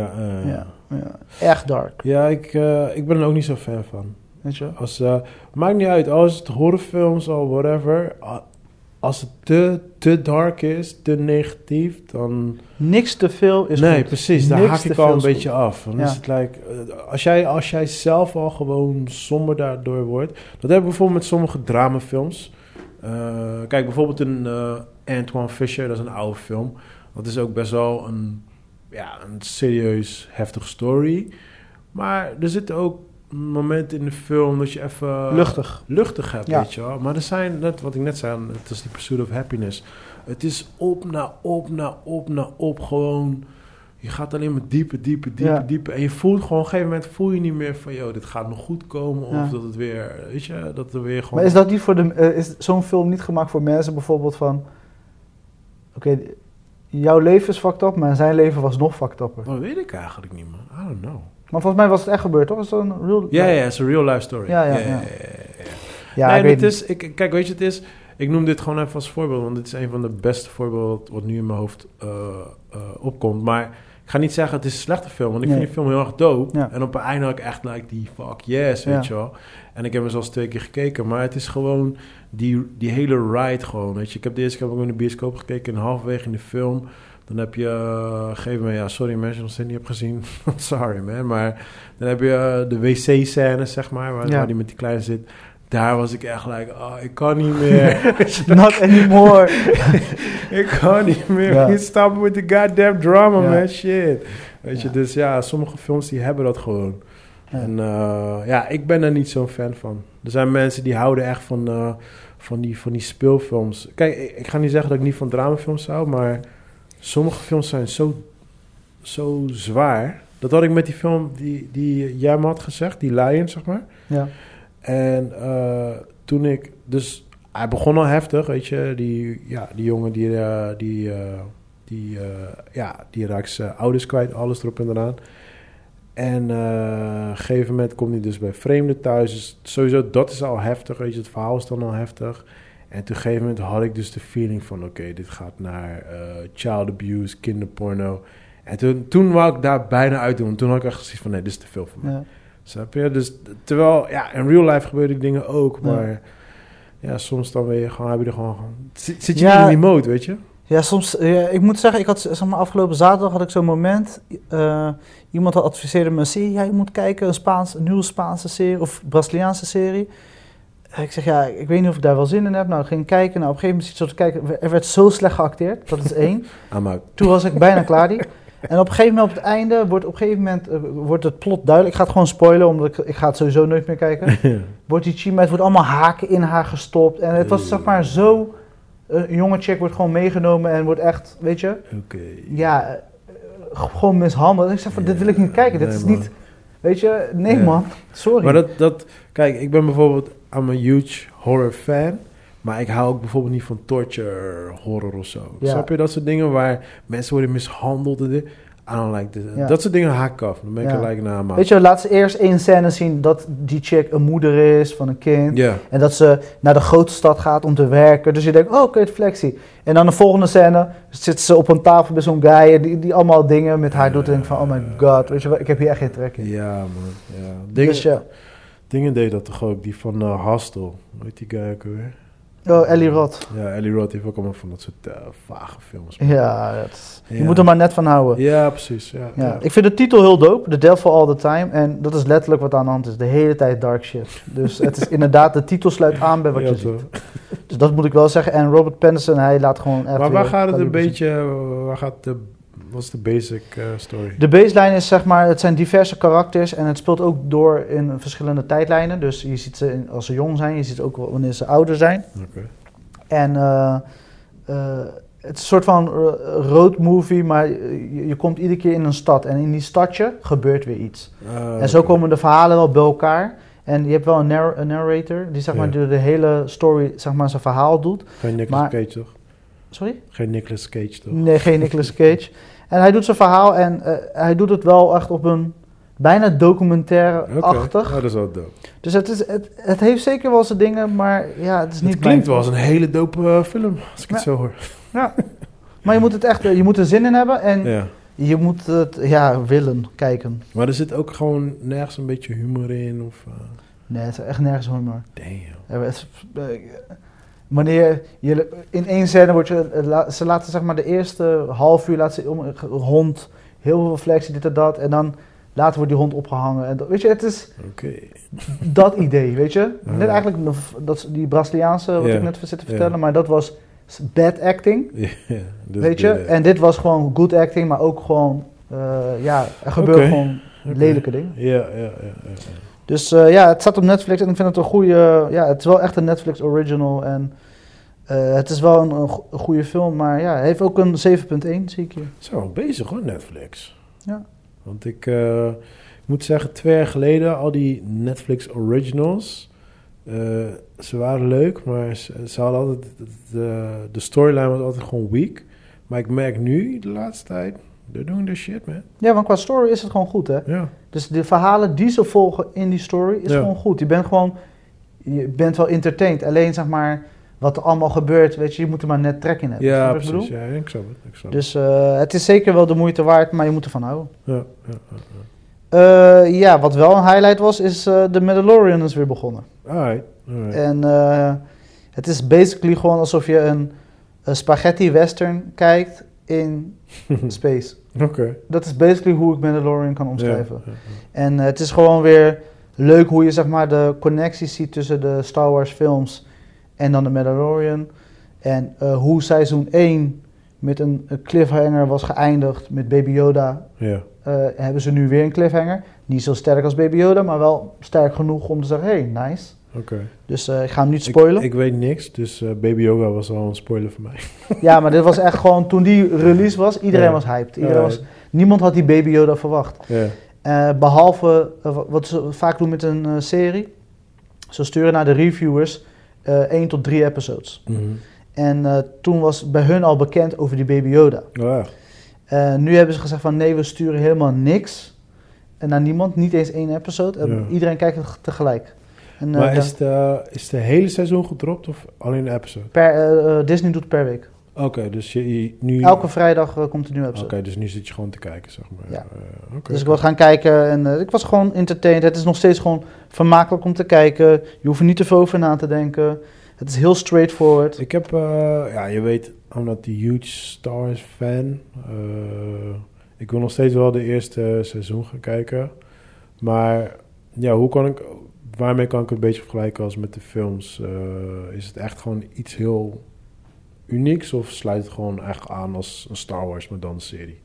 Echt dark. Ja, ik ben er ook niet zo fan van. Weet je? Maakt niet uit, als het horrorfilms of whatever... Als het te dark is, te negatief, dan... Niks te veel is goed. Nee, precies. Daar haak ik al een beetje af. Dan is het als jij zelf al gewoon somber daardoor wordt... Dat heb ik bijvoorbeeld met sommige dramafilms. Kijk, bijvoorbeeld een Antoine Fisher, dat is een oude film. Dat is ook best wel een serieus heftige story. Maar er zitten ook momenten in de film dat je even... Luchtig hebt, weet je wel. Maar er zijn, net wat ik net zei, het is die Pursuit of Happiness. Het is op naar op, gewoon... Je gaat alleen maar dieper. En je voelt gewoon, op een gegeven moment voel je niet meer van... Yo, dit gaat nog goed komen. Of dat het weer, weet je, dat er weer gewoon... Maar is dat niet voor is zo'n film niet gemaakt voor mensen bijvoorbeeld van... Oké, jouw leven is fucked up, maar zijn leven was nog fucked upper. Dat weet ik eigenlijk niet, man. I don't know. Maar volgens mij was het echt gebeurd, toch? Is dat een real... Ja, het is een real life story. Ja, nee, het is... Kijk, weet je, het is... Ik noem dit gewoon even als voorbeeld, want dit is een van de beste voorbeelden wat nu in mijn hoofd opkomt. Maar ik ga niet zeggen het is een slechte film, want ik vind die film heel erg dope. Ja. En op het einde had ik echt die fuck yes, weet je wel. En ik heb hem zelfs 2 keer gekeken, maar het is gewoon die hele ride gewoon, weet je. Ik heb de eerste keer ook in de bioscoop gekeken en halverwege in de film... Dan heb je, geef me, sorry man, als je nog steeds niet hebt gezien. Sorry man, maar dan heb je de wc-scène, zeg maar, waar die met die kleine zit... Daar was ik echt ik kan niet meer. Not anymore. Ik kan niet meer. Ja. Stop with the goddamn drama, man. Shit. Weet je, dus sommige films die hebben dat gewoon. Ja. En ik ben er niet zo'n fan van. Er zijn mensen die houden echt van die speelfilms. Kijk, ik ga niet zeggen dat ik niet van dramafilms hou, maar sommige films zijn zo zwaar. Dat had ik met die film die jij me had gezegd, die Lion, zeg maar. Ja. En toen ik... Dus hij begon al heftig, weet je. Die jongen die raakt zijn ouders kwijt, alles erop en eraan. En op een gegeven moment komt hij dus bij vreemden thuis. Dus sowieso, dat is al heftig, weet je. Het verhaal is dan al heftig. En op een gegeven moment had ik dus de feeling van... Oké, dit gaat naar child abuse, kinderporno. En toen wou ik daar bijna uit doen. Toen had ik echt gezien van... Nee, dit is te veel voor mij. Ja. Snap je? Dus terwijl, in real life gebeuren die dingen ook, maar soms dan heb je er gewoon... Zit je niet in die mode, weet je? Ja, soms, ik moet zeggen, ik had, zeg maar, afgelopen zaterdag had ik zo'n moment, iemand had adviseerde me een serie, je moet kijken, een nieuwe Spaanse serie of Braziliaanse serie. Ik zeg, ik weet niet of ik daar wel zin in heb. Nou, ik ging kijken, op een gegeven moment zit je zo te kijken, er werd zo slecht geacteerd, dat is 1. Toen was ik bijna klaar die. En op een gegeven moment, op het einde, wordt het plot duidelijk. Ik ga het gewoon spoilen, omdat ik ga het sowieso nooit meer kijken. Wordt die chima, het wordt allemaal haken in haar gestopt. En het was, zeg maar, zo... Een jonge chick wordt gewoon meegenomen en wordt echt, weet je... gewoon mishandeld. En ik zeg van, dit wil ik niet kijken. Dit is niet... Weet je, man, sorry. Maar kijk, ik ben bijvoorbeeld... I'm a huge horror fan... Maar ik hou ook bijvoorbeeld niet van torture horror of zo. Ja. Snap je? Dat soort dingen waar mensen worden mishandeld. I don't like this. Ja. Dat soort dingen haak ik af. Dan ben ik er like naar. Weet je, laat ze eerst 1 scène zien dat die chick een moeder is van een kind. Ja. En dat ze naar de grote stad gaat om te werken. Dus je denkt, oké, flexie. En dan de volgende scène zit ze op een tafel bij zo'n guy die allemaal dingen met haar doet. En denkt van, oh my god, weet je wat, ik heb hier echt geen trek in. Ja, man. Ja. Dingen deed dat toch ook. Die van Hostel. Weet die guy ook weer? Oh, Eli Roth. Ja, Eli Roth heeft ook allemaal van dat soort vage films. Ja, je moet er maar net van houden. Ja, precies. Ja. Ik vind de titel heel dope, The Devil All The Time. En dat is letterlijk wat aan de hand is. De hele tijd dark shit. Dus het is inderdaad, de titel sluit aan bij wat je ziet. Dus dat moet ik wel zeggen. En Robert Pattinson, hij laat gewoon echt... Maar waar gaat het een beetje... Wat is de basic story? De baseline is, zeg maar, het zijn diverse karakters en het speelt ook door in verschillende tijdlijnen. Dus je ziet ze als ze jong zijn, je ziet ook wanneer ze ouder zijn. Okay. En het is een soort van road movie, maar je komt iedere keer in een stad. En in die stadje gebeurt weer iets. En zo komen de verhalen wel bij elkaar. En je hebt wel een narrator die, zeg maar, door de hele story, zeg maar, zijn verhaal doet. Geen Nicolas Cage, toch? Sorry? Geen Nicolas Cage, toch? Nee, geen Nicolas Cage. En hij doet zijn verhaal en hij doet het wel echt op een bijna documentaire-achtig. Ja, dat is wel dope. Dus het heeft zeker wel zijn dingen, maar ja, het is niet... Het klinkt wel als een hele dope film, als ik het zo hoor. Ja, maar je moet het echt, je moet er zin in hebben en je moet het willen kijken. Maar er zit ook gewoon nergens een beetje humor in? Of, Nee, het is echt nergens humor. Damn. Wanneer je in 1 scène ze laten, zeg maar, de eerste half uur laten ze een hond, heel veel flexie, dit en dat, en dan later wordt die hond opgehangen. En weet je, het is dat idee, weet je. Net eigenlijk die Braziliaanse, wat ik net zit te vertellen, maar dat was bad acting, weet je. En dit was gewoon good acting, maar ook gewoon, er gebeuren gewoon lelijke dingen. Ja. Dus ja, het staat op Netflix en ik vind het een goede... ja, het is wel echt een Netflix original en het is wel een goede film, maar ja, hij heeft ook een 7.1, zie ik hier. Zo, bezig hoor, Netflix. Ja. Want ik moet zeggen, 2 jaar geleden, al die Netflix originals, ze waren leuk, maar ze hadden altijd, de storyline was altijd gewoon weak. Maar ik merk nu, de laatste tijd, they're doing their shit, man. Ja, want qua story is het gewoon goed, hè? Ja. Dus de verhalen die ze volgen in die story is gewoon goed. Je bent wel entertained. Alleen, zeg maar, wat er allemaal gebeurt, weet je moet er maar net trek in hebben. Ja, precies. Ja, ik snap het. Dus het is zeker wel de moeite waard, maar je moet ervan houden. Ja. Ja, wat wel een highlight was, is The Mandalorian is weer begonnen. Alright. En het is basically gewoon alsof je een spaghetti western kijkt in space. Oké. Dat is basically hoe ik Mandalorian kan omschrijven. Ja. En het is gewoon weer leuk hoe je zeg maar de connecties ziet tussen de Star Wars films en dan de Mandalorian. En hoe seizoen 1 met een cliffhanger was geëindigd met Baby Yoda. Ja. Hebben ze nu weer een cliffhanger. Niet zo sterk als Baby Yoda, maar wel sterk genoeg om te zeggen, hey, nice. Oké. Dus ik ga hem niet spoilen. Ik weet niks, dus Baby Yoda was al een spoiler voor mij. Ja, maar dit was echt gewoon, toen die release was, iedereen was hyped. Niemand had die Baby Yoda verwacht. Behalve wat ze vaak doen met een serie. Ze sturen naar de reviewers 1 tot 3 episodes. Mm-hmm. En toen was bij hun al bekend over die Baby Yoda. Oh, nu hebben ze gezegd van nee, we sturen helemaal niks. En naar niemand, niet eens 1 episode. Iedereen kijkt het tegelijk. En, maar is de hele seizoen gedropt of alleen een episode? Disney doet per week. Oké, dus je nu... Elke vrijdag komt een nieuwe episode. Oké, dus nu zit je gewoon te kijken, zeg maar. Ja. Dus ik was gaan kijken en ik was gewoon entertained. Het is nog steeds gewoon vermakelijk om te kijken. Je hoeft er niet te veel over na te denken. Het is heel straightforward. Ik heb, je weet, I'm not a huge Star Wars fan. Ik wil nog steeds wel de eerste seizoen gaan kijken. Maar ja, waarmee kan ik het een beetje vergelijken als met de films? Is het echt gewoon iets heel unieks of sluit het gewoon echt aan als een Star Wars, maar dan een serie?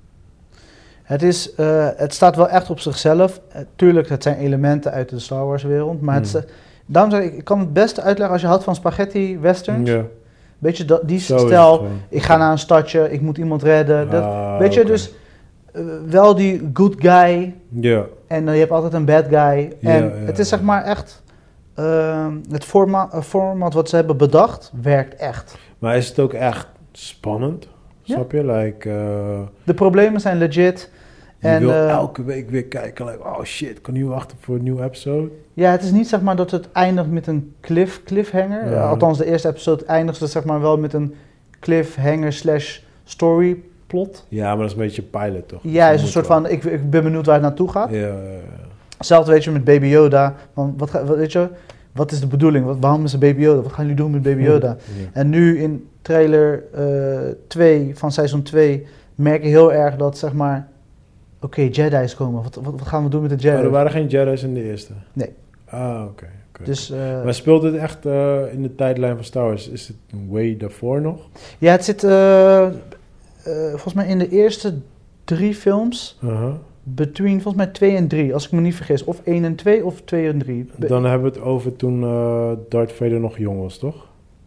Het staat wel echt op zichzelf. Tuurlijk, het zijn elementen uit de Star Wars wereld, maar daarom zeg ik kan het beste uitleggen als je houdt van spaghetti westerns. Ja. Weet je, die stijl, ik ga naar een stadje, ik moet iemand redden. Weet je, dus wel die good guy en je hebt altijd een bad guy. En het is zeg maar echt, het format wat ze hebben bedacht, werkt echt. Maar is het ook echt spannend? Snap je? De problemen zijn legit. Je wil elke week weer kijken. Oh shit, kan nu wachten voor een nieuwe episode? Ja, het is niet zeg maar dat het eindigt met een cliffhanger. Ja. Althans, de eerste episode eindigt zeg maar wel met een cliffhanger / story plot. Ja, maar dat is een beetje pilot toch? Ja, is een soort van, ik ben benieuwd waar het naartoe gaat. Ja. Hetzelfde weet je met Baby Yoda. Wat is de bedoeling? Waarom is er Baby Yoda? Wat gaan jullie doen met Baby Yoda? Ja. En nu in trailer 2 van seizoen 2 merk je heel erg dat zeg maar... Oké, Jedi's komen. Wat gaan we doen met de Jedi? Er waren geen Jedi's in de eerste? Nee. Ah, oké. Dus, maar speelt het echt in de tijdlijn van Star Wars? Is het way daarvoor nog? Ja, het zit volgens mij in de eerste 3 films. Between volgens mij 2 en 3, als ik me niet vergis. Of 1 en 2 of 2 en 3. Dan hebben we het over toen Darth Vader nog jong was, toch?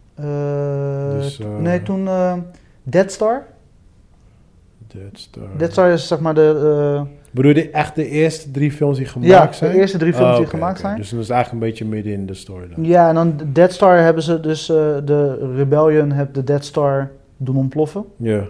Nee, toen Death Star. Death Star is zeg maar de... Bedoel je echt de eerste 3 films die gemaakt zijn? Ja, de eerste 3 films die gemaakt zijn. Dus dat is eigenlijk een beetje midden in de storyline. Ja, en dan Death Star hebben ze dus... de Rebellion heeft de Death Star doen ontploffen. Ja.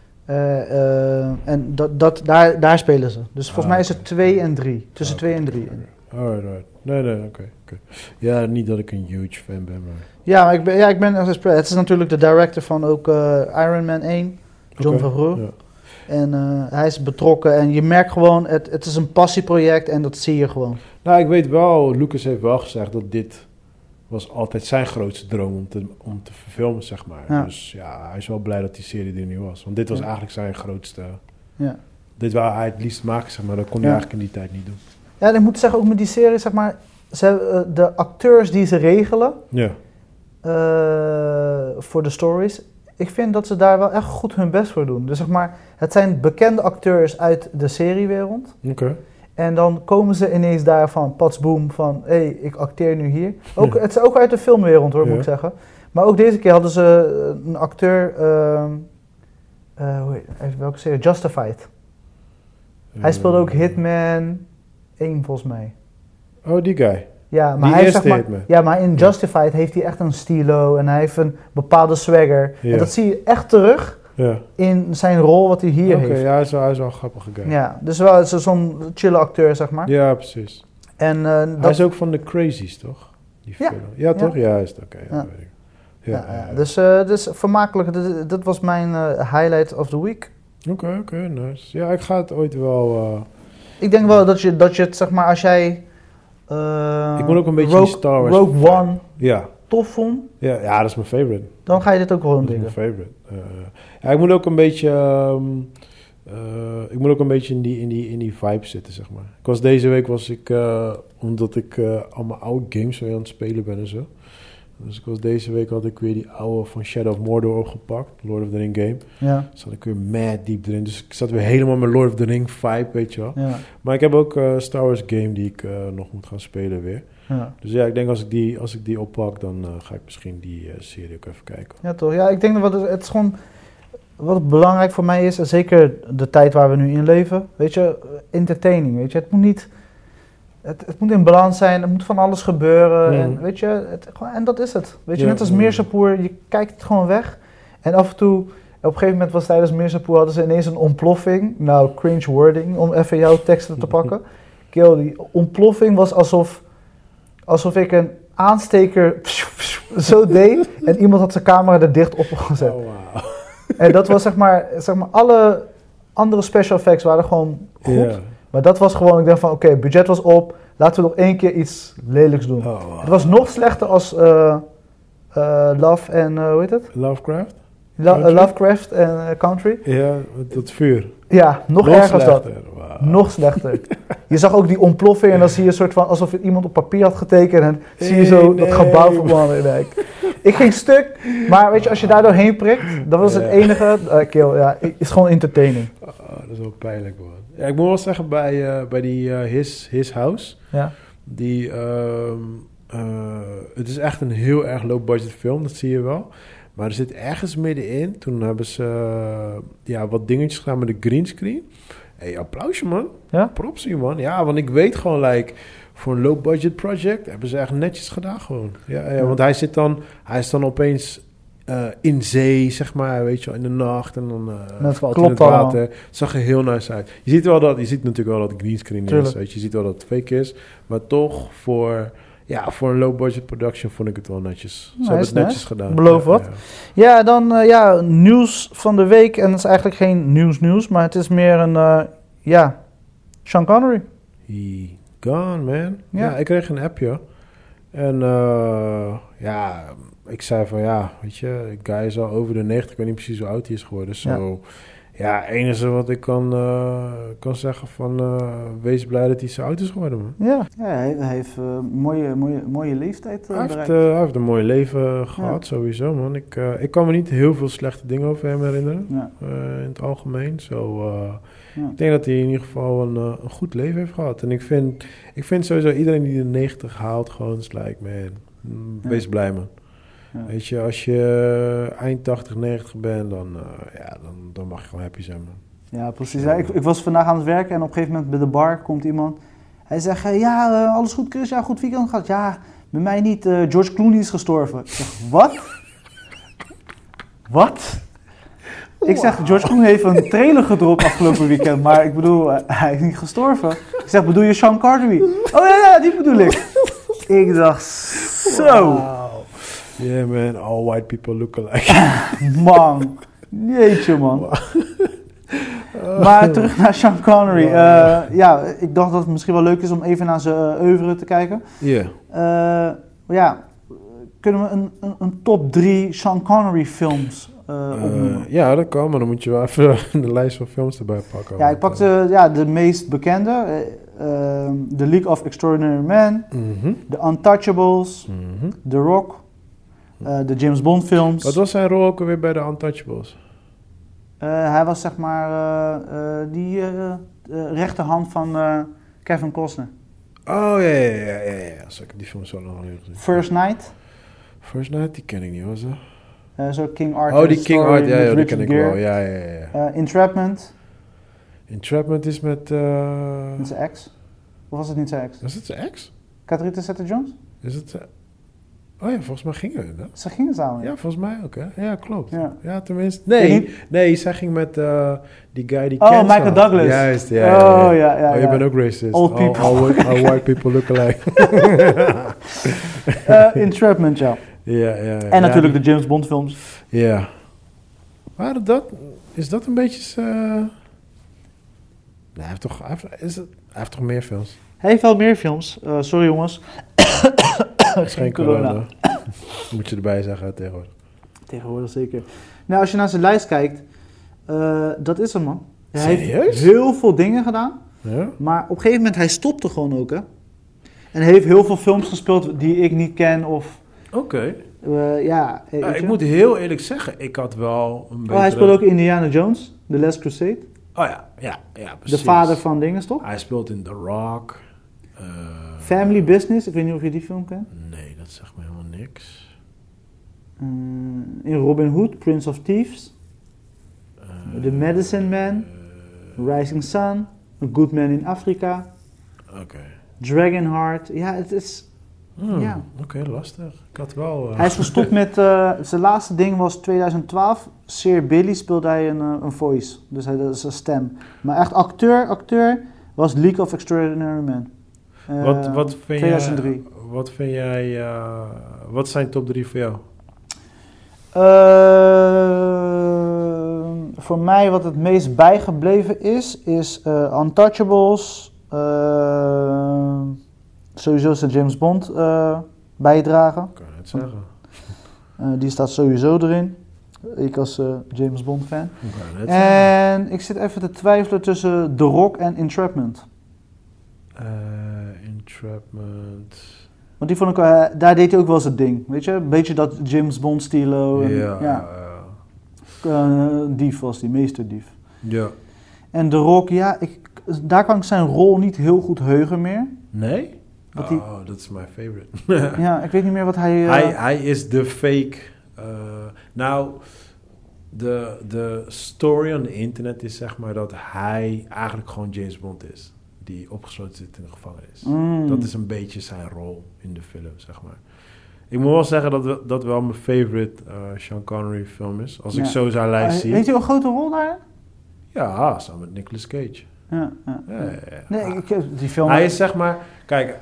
En daar spelen ze. Dus volgens mij is het 2 en 3. Tussen 2 en 3. Alright. Nee, oké. Ja, niet dat ik een huge fan ben, maar... Ja, maar ik ben het is natuurlijk de director van ook Iron Man 1. Jon Favreau. Ja. En hij is betrokken en je merkt gewoon, het is een passieproject en dat zie je gewoon. Nou, ik weet wel, Lucas heeft wel gezegd dat dit was altijd zijn grootste droom om te verfilmen, zeg maar. Ja. Dus ja, hij is wel blij dat die serie er nu was. Want dit was eigenlijk zijn grootste... Ja. Dit wou hij het liefst maken, zeg maar. Dat kon hij eigenlijk in die tijd niet doen. Ja, en ik moet zeggen, ook met die serie, zeg maar... de acteurs die ze regelen... voor de stories... Ik vind dat ze daar wel echt goed hun best voor doen. Dus zeg maar, het zijn bekende acteurs uit de seriewereld. Okay. En dan komen ze ineens daar van patsboom van, hé, ik acteer nu hier. Het is ook uit de filmwereld hoor, moet ik zeggen. Maar ook deze keer hadden ze een acteur, welke serie? Justified. Hij speelde ook Hitman 1 volgens mij. Oh, die guy. Ja, maar maar in Justified heeft hij echt een stilo en hij heeft een bepaalde swagger. Ja. En dat zie je echt terug in zijn rol wat hij hier heeft. Ja, hij is wel een grappige guy. Ja, dus wel zo'n chille acteur, zeg maar. Ja, precies. En, hij is ook van The Crazies, toch? Die film. Ja, toch? Ja, is het oké. Dus vermakelijk. Dat was mijn highlight of the week. Oké, nice. Ja, ik ga het ooit wel... Ik denk wel dat je het, zeg maar, als jij... ik moet ook een beetje Star Wars... Rogue One tof vond. Ja, dat is mijn favorite. Dan ga je dit ook wel doen. Dat is mijn favorite. Ik moet ook een beetje... in die vibe zitten, zeg maar. Deze week omdat ik allemaal oude games weer aan het spelen ben en zo. Dus deze week had ik weer die oude van Shadow of Mordor opgepakt. Lord of the Ring game. Ja. Dus zat ik weer mad diep erin. Dus ik zat weer helemaal met Lord of the Ring vibe, weet je wel. Ja. Maar ik heb ook Star Wars game die ik nog moet gaan spelen weer. Ja. Dus ja, ik denk als ik die oppak, dan ga ik misschien die serie ook even kijken. Ja, toch? Ja, ik denk dat het is gewoon... Wat belangrijk voor mij is, en zeker de tijd waar we nu in leven, weet je, entertaining, weet je. Het moet niet... Het moet in balans zijn, er moet van alles gebeuren. En, weet je, en dat is het. Weet je, net als Mirzapour, je kijkt het gewoon weg. En af en toe, op een gegeven moment was tijdens Mirzapour, hadden ze ineens een ontploffing. Nou, cringe wording, om even jouw teksten te pakken. Kill, die ontploffing was alsof ik een aansteker zo deed. En iemand had zijn camera er dicht op gezet. Oh, wow. En dat was zeg maar, alle andere special effects waren gewoon goed. Yeah. Maar dat was gewoon, ik dacht van oké, budget was op, laten we nog één keer iets lelijks doen. Oh, wow. Het was nog slechter als Love en, hoe heet het? Lovecraft? Lovecraft en Country. Ja, dat vuur. Ja, nog erger als dat. Wow. Nog slechter. Je zag ook die ontploffing en dan zie je een soort van, alsof iemand op papier had getekend en zie je zo dat gebouw verbranden. Ik ging stuk, maar weet je, als je daar doorheen prikt, dat was het enige. Is gewoon entertaining. Dat is wel pijnlijk, man. Ja, ik moet wel zeggen, bij die His House, die, het is echt een heel erg low-budget film, dat zie je wel. Maar er zit ergens middenin, toen hebben ze wat dingetjes gedaan met de greenscreen. Hey, applausje, man. Ja? Propsie, man. Ja, want ik weet gewoon, voor een low-budget project hebben ze echt netjes gedaan gewoon. Ja. Want hij is dan opeens in zee, zeg maar, weet je wel, in de nacht. En dan valt hij in het water. Het zag er heel nice uit. Je ziet natuurlijk wel dat het greenscreen is. Weet je ziet wel dat het fake is. Maar toch, voor een low-budget production vond ik het wel netjes. Ze hebben het netjes gedaan. Beloof wat. Ja, dan nieuws van de week. En dat is eigenlijk geen nieuws, maar het is meer een, Sean Connery. He gone, man. Ja, ik kreeg een appje. En ik zei van weet je, de guy is al over de 90. Ik weet niet precies hoe oud hij is geworden. Het enige wat ik kan zeggen van wees blij dat hij zo oud is geworden, man. Ja, hij heeft mooie leeftijd bereikt. Hij heeft een mooi leven gehad, sowieso, man. Ik kan me niet heel veel slechte dingen over hem herinneren, in het algemeen. Ik denk dat hij in ieder geval een goed leven heeft gehad. En ik vind sowieso iedereen die de 90 haalt, gewoon is wees blij, man. Ja. Weet je, als je eind 80, 90 bent, dan mag je gewoon happy zijn, man. Ja, precies. Ja, ik was vandaag aan het werken en op een gegeven moment bij de bar komt iemand. Hij zegt, alles goed Chris? Ja, goed weekend gehad. Ja, bij mij niet. George Clooney is gestorven. Ik zeg, wat? Wat? Ik zeg, George Clooney heeft een trailer gedropt afgelopen weekend, maar ik bedoel, hij is niet gestorven. Ik zeg, bedoel je Sean Connery? Oh ja, die bedoel ik. Ik dacht, zo. Wow. Yeah, man, all white people look alike. Man, jeetje, man. Wow. Maar terug naar Sean Connery. Ik dacht dat het misschien wel leuk is om even naar zijn oeuvre te kijken. Ja. Kunnen we een top 3 Sean Connery films opnoemen? Ja, dat kan, maar dan moet je wel even de lijst van films erbij pakken. Ja, ik pakte de meest bekende. The League of Extraordinary Men, The Untouchables, The Rock, de James Bond films. Wat was zijn rol ook alweer bij de Untouchables? Hij was zeg maar die rechterhand van Kevin Costner. Oh, ja. Zo, ik heb die film zo lang geleden gezien. First Night. First Night, die ken ik niet, was dat? Zo King Arthur. Oh, die King Arthur, ja, die ken ik Gere. wel. Ja. Entrapment. Entrapment is met... Met zijn ex. Of was het niet zijn ex? Is het zijn ex? Catherine Zeta-Jones? Is het... Oh ja, volgens mij gingen we dat. Ze gingen samen. Ja, volgens mij ook, hè? Ja, klopt. Ja. Ja, tenminste... Nee, Nee, zij ging met die guy die Oh, Michael Douglas. Juist, ja. Oh, ja. Oh, je bent ook racist. Old people. All white people look alike. Entrapment, ja. Ja. En natuurlijk de James Bond films. Ja. Maar is dat een beetje... Nee, hij heeft toch meer films? Hij heeft wel meer films. Sorry jongens. Het is geen corona. Moet je erbij zeggen tegenwoordig. Tegenwoordig zeker. Nou, als je naar zijn lijst kijkt, dat is hem, man. Hij Serieus? heeft heel veel dingen gedaan. Ja? Maar op een gegeven moment, hij stopte gewoon ook, hè. En hij heeft heel veel films gespeeld die ik niet ken of... Oké. Ja. Ik moet heel eerlijk zeggen, ik had wel een beetje... hij speelt ook Indiana Jones, The Last Crusade. Oh ja, precies. De vader van dingen, toch? Hij speelt in The Rock. Family Business, ik weet niet of je die film kent. Nee, dat zegt me helemaal niks. In Robin Hood, Prince of Thieves. The Medicine Man. Rising Sun. A Good Man in Afrika. Oké. Dragonheart. Ja, het is... ja. Oké, lastig. Ik had wel... Hij is gestopt met... zijn laatste ding was 2012. Sir Billy speelde hij een voice. Dus dat is een stem. Maar echt acteur was League of Extraordinary Men. Wat vind 2003. Wat zijn top 3 voor jou? Voor mij wat het meest bijgebleven is Untouchables. Sowieso zijn James Bond bijdrage. Kan je het zeggen. Die staat sowieso erin. Ik als James Bond fan. En ik zit even te twijfelen tussen The Rock en Entrapment. Entrapment. Want die vond ik, daar deed hij ook wel zijn ding. Weet je, een beetje dat James Bond stilo. Dief was die, meesterdief. Ja. En The Rock, ja, daar kan ik zijn rol niet heel goed heugen meer. Nee? Dat dat is mijn favorite. Ja, ik weet niet meer wat hij... Hij is de fake... de story on the internet is zeg maar dat hij eigenlijk gewoon James Bond is. Die opgesloten zit in de gevangenis. Dat is een beetje zijn rol in de film, zeg maar. Ik moet wel zeggen dat wel mijn favorite Sean Connery film is. Als ik zo zijn lijst zie. Heeft hij een grote rol daarin? Ja, samen met Nicolas Cage. Ja. Nee, die film... Hij is zeg maar... Kijk,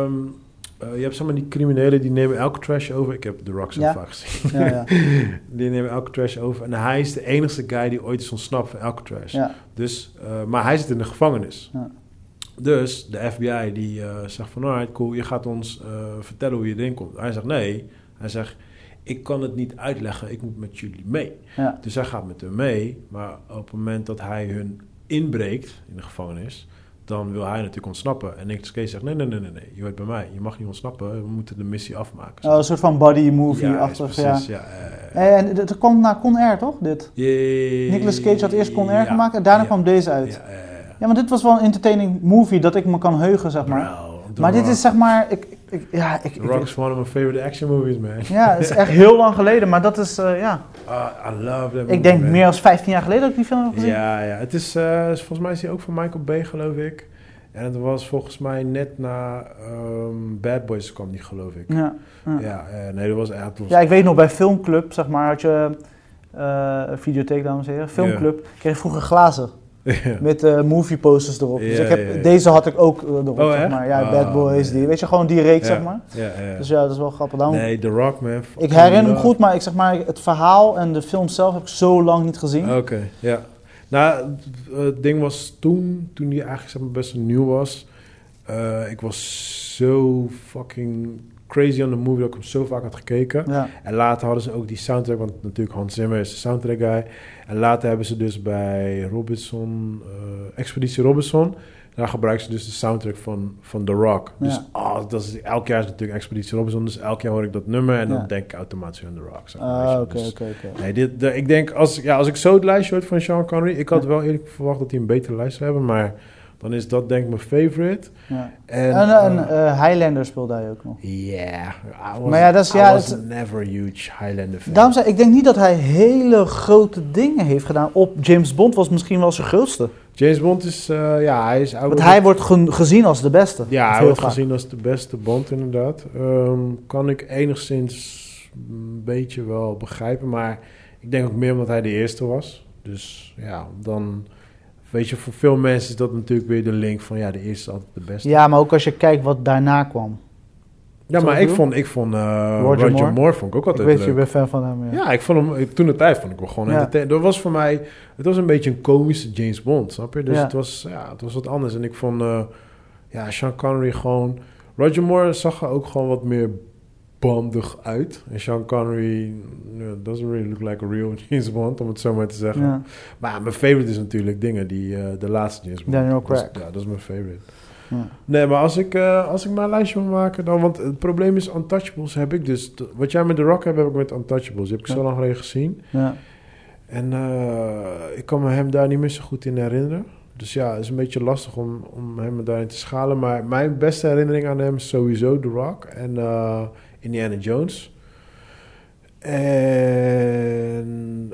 je hebt zeg maar die criminelen die nemen elke trash over. Ik heb The Rock zo vaak gezien. Ja. Die nemen elke trash over. En hij is de enige guy die ooit is ontsnapt van elke trash. Ja. Dus, maar hij zit in de gevangenis. Ja. Dus de FBI die zegt van... Alright, cool, je gaat ons vertellen hoe je erin komt. Hij zegt nee. Hij zegt... Ik kan het niet uitleggen, ik moet met jullie mee. Ja. Dus hij gaat met hun mee. Maar op het moment dat hij hun inbreekt in de gevangenis... dan wil hij natuurlijk ontsnappen. En Nicolas Cage zegt, nee, je hoort bij mij. Je mag niet ontsnappen, we moeten de missie afmaken. Een soort van buddy movie-achtig. Ja, precies, ja. En het kwam naar Con Air, toch, dit? Nicolas Cage had eerst Con Air gemaakt en daarna kwam deze uit. Ja, maar dit was wel een entertaining movie dat ik me kan heugen, zeg maar. Maar dit is zeg maar... The Rock is one of my favorite action movies, man. Ja, het is echt heel lang geleden, maar dat is, ja... I love that movie, ik denk meer dan 15 jaar geleden dat ik die film heb gezien. Ja, het is... volgens mij is hij ook van Michael Bay, geloof ik. En het was volgens mij net na Bad Boys kwam die, geloof ik. Nee, dat was echt... Ja, ik weet nog, bij Filmclub, zeg maar, had je... videotheek, dames en heren. Filmclub, kreeg vroeger glazen. Met movie posters erop. Dus deze had ik ook erop, zeg maar. Ja, Bad Boys, die, weet je, gewoon die reeks, zeg maar. Dus ja, dat is wel grappig. Daarom, nee, The Rock, man. Ik herinner hem goed, maar ik zeg maar, het verhaal en de film zelf heb ik zo lang niet gezien. Oké, ja. Nou, het ding was toen die eigenlijk zeg maar, best nieuw was. Ik was zo fucking crazy on the movie dat ik hem zo vaak had gekeken. Ja. En later hadden ze ook die soundtrack, want natuurlijk Hans Zimmer is de soundtrack guy. En later hebben ze dus bij Expeditie Robinson, daar gebruiken ze dus de soundtrack van The Rock. Dus dat is, elk jaar is natuurlijk Expeditie Robinson, dus elk jaar hoor ik dat nummer en dan denk ik automatisch aan The Rock. Zeg maar, oké. Nee, ik denk, als ik zo het lijstje hoor van Sean Connery, ik had wel eerlijk verwacht dat hij een betere lijst zou hebben, maar dan is dat denk ik mijn favorite. Ja. En Highlander speelde hij ook nog. Yeah. Maar dat is... I was never a huge Highlander fan. Daarom zei ik denk niet dat hij hele grote dingen heeft gedaan. James Bond was misschien wel zijn grootste. James Bond is... hij is... Want hij wordt gezien als de beste. Ja, hij wordt gezien als de beste Bond inderdaad. Kan ik enigszins een beetje wel begrijpen. Maar ik denk ook meer omdat hij de eerste was. Dus ja, dan... Weet je, voor veel mensen is dat natuurlijk weer de link van... Ja, de eerste is altijd de beste. Ja, maar ook als je kijkt wat daarna kwam. Ja, maar ik vond Roger Moore vond ik ook altijd leuk. Je bent fan van hem, ja. Ik vond hem... Toen de tijd vond ik wel gewoon entertainend. Dat was voor mij... Het was een beetje een komische James Bond, snap je? Dus het was wat anders. En ik vond... Sean Connery gewoon... Roger Moore zag er ook gewoon wat meer bandig uit. En Sean Connery doesn't really look like a real James Bond, om het zo maar te zeggen. Ja. Maar mijn favorite is natuurlijk de laatste James Bond. Daniel Craig. Dat is mijn favorite. Ja. Nee, maar als ik mijn lijstje wil maken, dan... Want het probleem is, Untouchables heb ik dus... Wat jij met The Rock hebt, heb ik met Untouchables. Die heb ik zo lang geleden gezien. Ja. En ik kan me hem daar niet meer zo goed in herinneren. Dus ja, het is een beetje lastig om hem daarin te schalen. Maar mijn beste herinnering aan hem is sowieso The Rock en Indiana Jones. En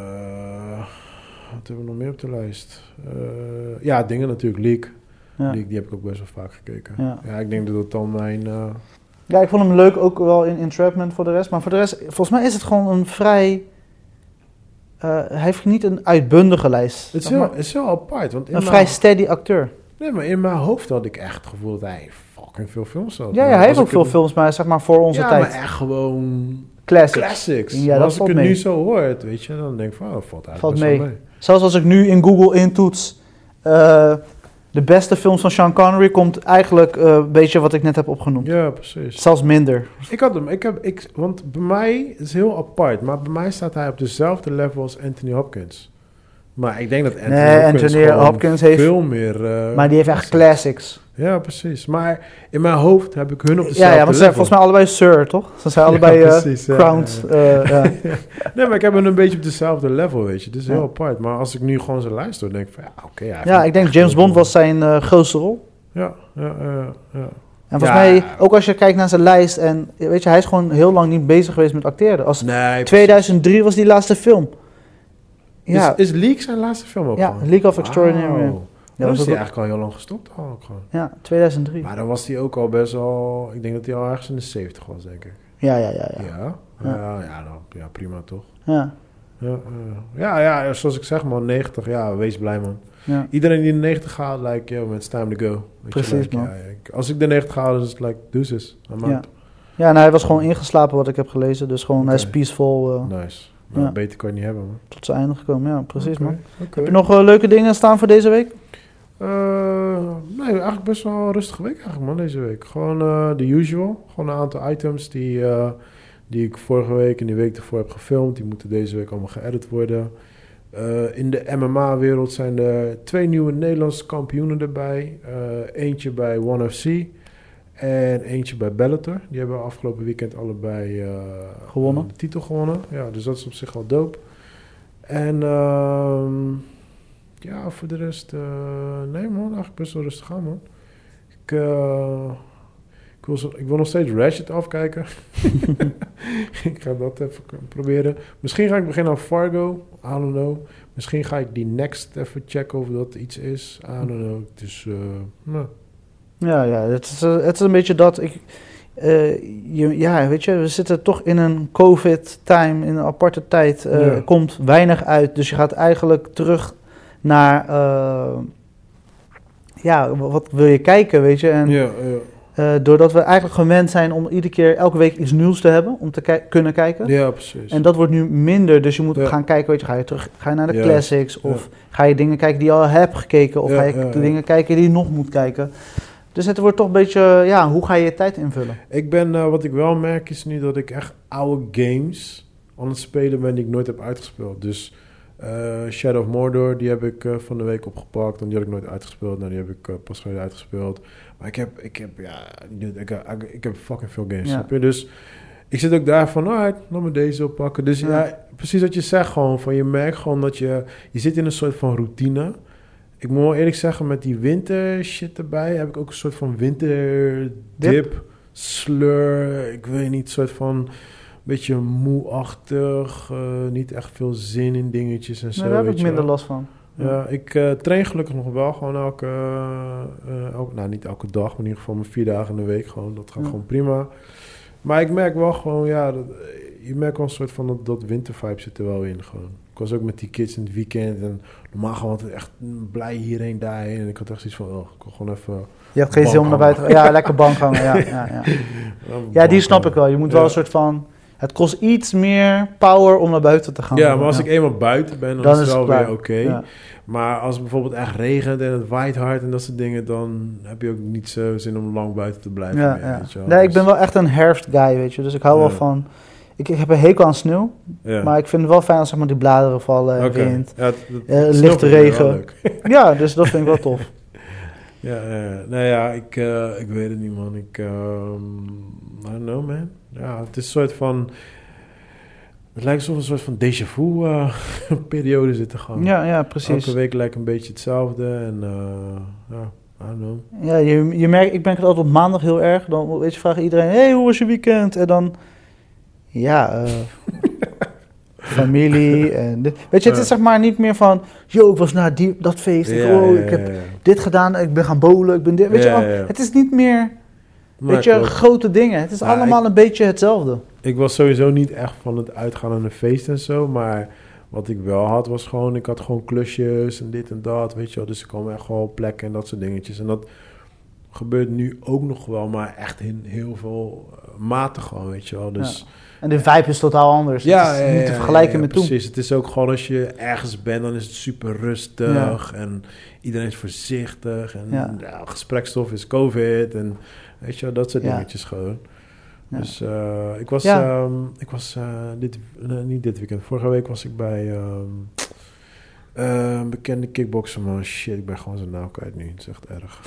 wat hebben we nog meer op de lijst? Dingen natuurlijk, League. Ja. Die heb ik ook best wel vaak gekeken. Ja, ik denk dat dat dan mijn... Ja, ik vond hem leuk ook wel in Entrapment voor de rest. Maar voor de rest, volgens mij is het gewoon een vrij... hij heeft niet een uitbundige lijst. Het is heel apart. Want een vrij steady acteur. Nee, maar in mijn hoofd had ik echt het gevoel dat hij fucking veel films had. Ja, hij heeft ook veel films, maar zeg maar voor onze tijd. Ja, maar echt gewoon... Classics. Ja, als ik het nu zo hoor, weet je, dan denk ik van, valt eigenlijk best wel mee. Zelfs als ik nu in Google intoets... de beste films van Sean Connery komt eigenlijk een beetje wat ik net heb opgenoemd. Ja, precies. Zelfs minder. Want bij mij is het heel apart, maar bij mij staat hij op dezelfde level als Anthony Hopkins. Maar ik denk dat Anthony Hopkins heeft veel meer... maar die heeft echt classics. Ja, precies. Maar in mijn hoofd heb ik hun op dezelfde level. Ja, want ze zijn volgens mij allebei Sir, toch? Ze zijn allebei crowned. Nee, maar ik heb hen een beetje op dezelfde level, weet je. Dus heel apart. Maar als ik nu gewoon zijn lijst doe, denk ik van oké. Ik denk James Bond was zijn grootste rol. Ja. En volgens mij, ook als je kijkt naar zijn lijst... en weet je, hij is gewoon heel lang niet bezig geweest met acteren. 2003 was die laatste film. Ja. Is League zijn laatste film ook? Ja, League of Extraordinary. Wow. Dan was hij eigenlijk al heel lang gestopt. Ja, 2003. Maar dan was hij ook al best wel... Ik denk dat hij al ergens in de 70 was, denk ik. Ja, prima toch? Ja. Zoals ik zeg man, 90, wees blij man. Ja. Iedereen die de 90 gaat, it's time to go. Precies man. Als ik de 90 haal, is het deuces. Ja, en hij was gewoon ingeslapen wat ik heb gelezen. Dus gewoon, hij is peaceful. Nice. Maar beter kan je niet hebben man. Tot zijn einde gekomen, ja, precies man. Heb je nog leuke dingen staan voor deze week? Nee, eigenlijk best wel een rustige week eigenlijk man, deze week. Gewoon the usual. Gewoon een aantal items die ik vorige week en die week ervoor heb gefilmd. Die moeten deze week allemaal geëdit worden. In de MMA-wereld zijn er 2 nieuwe Nederlandse kampioenen erbij. Eentje bij ONE FC en eentje bij Bellator. Die hebben afgelopen weekend allebei gewonnen. De titel gewonnen. Ja, dus dat is op zich wel dope. En voor de rest... nee man, eigenlijk best wel rustig aan man. Ik wil nog steeds Ratchet afkijken. Ik ga dat even proberen. Misschien ga ik beginnen aan Fargo. I don't know. Misschien ga ik die Next even checken of dat iets is. I don't know. Dus, Ja, het is een beetje dat. Weet je, we zitten toch in een COVID-time, in een aparte tijd. Komt weinig uit. Dus je gaat eigenlijk terug naar... wat wil je kijken, weet je? En, doordat we eigenlijk gewend zijn om iedere keer elke week iets nieuws te hebben, om te kunnen kijken. Ja, precies. En dat wordt nu minder, dus je moet gaan kijken, weet je, ga je naar de classics, of ga je dingen kijken die je al hebt gekeken, of ga je dingen kijken die je nog moet kijken. Dus het wordt toch een beetje, hoe ga je je tijd invullen? Wat ik wel merk is nu dat ik echt oude games aan het spelen ben die ik nooit heb uitgespeeld. Dus Shadow of Mordor, die heb ik van de week opgepakt en die had ik nooit uitgespeeld. Nou, die heb ik pas geleden uitgespeeld. Maar ik heb fucking veel games, snap je? Dus ik zit ook daar van, laat me deze oppakken. Dus precies wat je zegt gewoon, van je merkt gewoon dat je zit in een soort van routine. ik moet wel eerlijk zeggen, met die winter shit erbij heb ik ook een soort van winterdip, slur, ik weet niet, soort van beetje moeachtig, niet echt veel zin in dingetjes en zo. Daar heb ik minder last van. Ja, ik train gelukkig nog wel gewoon niet elke dag, maar in ieder geval mijn 4 dagen in de week gewoon. Dat gaat gewoon prima. Maar ik merk wel gewoon, je merkt wel een soort van dat wintervibe zit er wel in gewoon. Ik was ook met die kids in het weekend en normaal gewoon echt blij hierheen, daarheen. En ik had echt zoiets van, ik wil gewoon even... Je hebt geen zin om naar buiten... Ja, lekker bank hangen, ja. Ja, die snap ik wel. Je moet wel een soort van... Het kost iets meer power om naar buiten te gaan. Ja, maar als ik eenmaal buiten ben, dan is het wel weer oké. Ja. Maar als het bijvoorbeeld echt regent en het waait hard en dat soort dingen, dan heb je ook niet zo zin om lang buiten te blijven. Ja. Weet je wel. Nee, ik ben wel echt een herfstguy, weet je. Dus ik hou wel van... Ik heb een hekel aan sneeuw, maar ik vind het wel fijn als zeg maar, die bladeren vallen, wind, lichte regen. Ja, dus dat vind ik wel tof. Ik weet het niet, man. I don't know, man. Ja, het is een soort van... Het lijkt alsof een soort van déjà vu periode zit te gaan. Ja, precies. Elke week lijkt een beetje hetzelfde en I don't know. Ja, je merkt, ik merk het altijd op maandag heel erg. Dan weet je, vragen iedereen, hey, hoe was je weekend? En dan, familie en dit. Weet je, het is zeg maar niet meer van, ik was naar dat feest. Ik heb dit gedaan, ik ben gaan bowlen, ik ben dit. Weet je, het is niet meer... Weet je, grote dingen. Het is allemaal een beetje hetzelfde. Ik was sowieso niet echt van het uitgaan aan een feest en zo. Maar wat ik wel had, was gewoon... Ik had gewoon klusjes en dit en dat, weet je wel. Dus ik kwam echt gewoon op plekken en dat soort dingetjes. En dat gebeurt nu ook nog wel, maar echt in heel veel mate gewoon, weet je wel. Dus... Ja. En de vibe is totaal anders. Het is niet te vergelijken met toen. Precies. Het is ook gewoon als je ergens bent, dan is het super rustig. En iedereen is voorzichtig. En gesprekstof is COVID en... Weet je, dat soort dingetjes gewoon. Ja. Dus ik was niet dit weekend. Vorige week was ik bij een bekende kickboxer, man. Shit, ik ben gewoon zijn naam kwijt nu. Het is echt erg.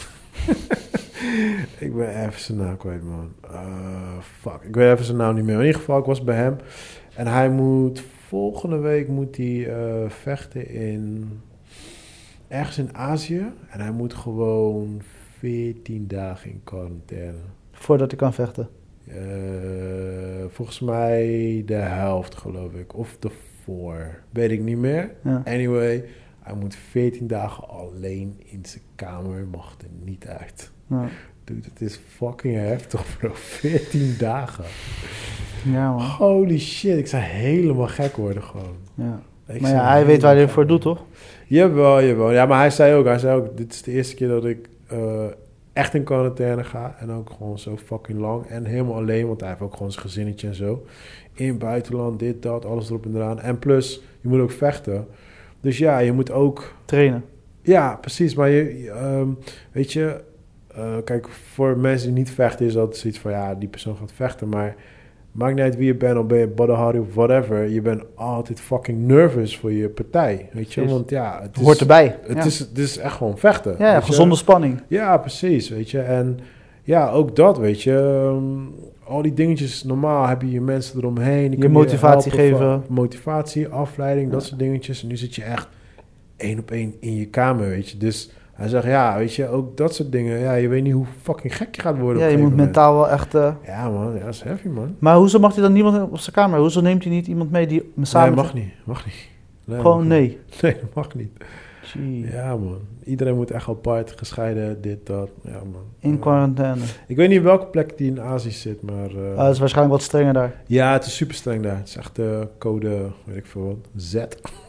Ik ben even zijn naam kwijt, man. Fuck, ik weet even zijn naam niet meer. In ieder geval, ik was bij hem. En hij moet volgende week vechten ergens in Azië. En hij moet gewoon 14 dagen in quarantaine. Voordat hij kan vechten? Volgens mij de helft, geloof ik. Of ervoor. Weet ik niet meer. Ja. Anyway, hij moet 14 dagen alleen in zijn kamer. Mag er niet uit. Ja. Dude, het is fucking heftig, bro. 14 dagen. Ja, man. Holy shit, ik zou helemaal gek worden gewoon. Ja. Maar hij weet waar hij ervoor doet, toch? Jawel. Ja, maar hij zei ook, dit is de eerste keer dat ik echt in quarantaine ga. En ook gewoon zo fucking lang. En helemaal alleen, want hij heeft ook gewoon zijn gezinnetje en zo. In het buitenland, dit, dat, alles erop en eraan. En plus, je moet ook vechten. Dus ja, je moet ook... trainen. Ja, precies. Maar weet je... kijk, voor mensen die niet vechten is dat zoiets van... die persoon gaat vechten, maar... Maakt niet uit wie je bent, of ben je Badahari of whatever. Je bent altijd fucking nervous voor je partij, weet je. Want het is, hoort erbij. Het is echt gewoon vechten. Ja, gezonde spanning. Ja, precies, weet je. En ja, ook dat, weet je. Al die dingetjes, normaal heb je mensen eromheen. Je motivatie geven. Motivatie, afleiding, dat soort dingetjes. En nu zit je echt 1 op 1 in je kamer, weet je. Dus... Hij zegt, weet je, ook dat soort dingen. Ja, je weet niet hoe fucking gek je gaat worden. Ja, je moet mentaal wel echt... Ja, man. Ja, dat is heavy, man. Maar hoezo mag hij dan niemand op zijn kamer? Hoezo neemt hij niet iemand mee die samen... Nee, mag niet. Nee, gewoon nee? Nee, dat mag niet. Gee. Ja, man. Iedereen moet echt apart, gescheiden, dit, dat. Ja, man. In quarantaine. Ik weet niet op welke plek die in Azië zit, maar... het is waarschijnlijk wat strenger daar. Ja, het is super streng daar. Het is echt code, weet ik veel wat, Z.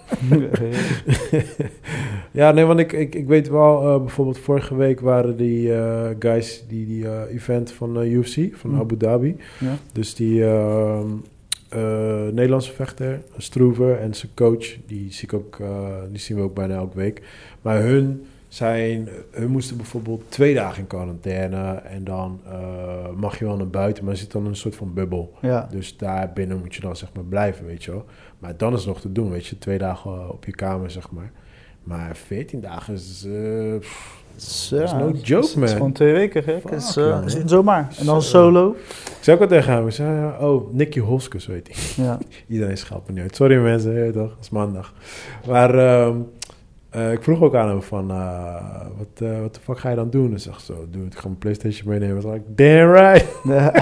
Ja, nee, want ik weet wel, bijvoorbeeld vorige week waren die guys die event van UFC, van Abu Dhabi. Ja. Dus die Nederlandse vechter, Struve en zijn coach, die zien we ook bijna elke week. Maar hun moesten bijvoorbeeld 2 dagen in quarantaine en dan mag je wel naar buiten, maar er zit dan een soort van bubbel. Ja. Dus daar binnen moet je dan zeg maar blijven, weet je wel. Maar dan is het nog te doen, weet je. 2 dagen op je kamer, zeg maar. Maar 14 dagen is no joke, man. Het is gewoon 2 weken, gek. Het is zomaar. En dan solo. Ik zei ook wat tegen hem. Ik zei, Nicky Hoskus, weet hij. Ja. Iedereen schaalt me niet uit. Sorry mensen, toch? Het is maandag. Maar Ik vroeg ook aan hem van, wat de fuck ga je dan doen? En zegt zo, dude, ik ga mijn PlayStation meenemen. En toen dacht ik, damn right.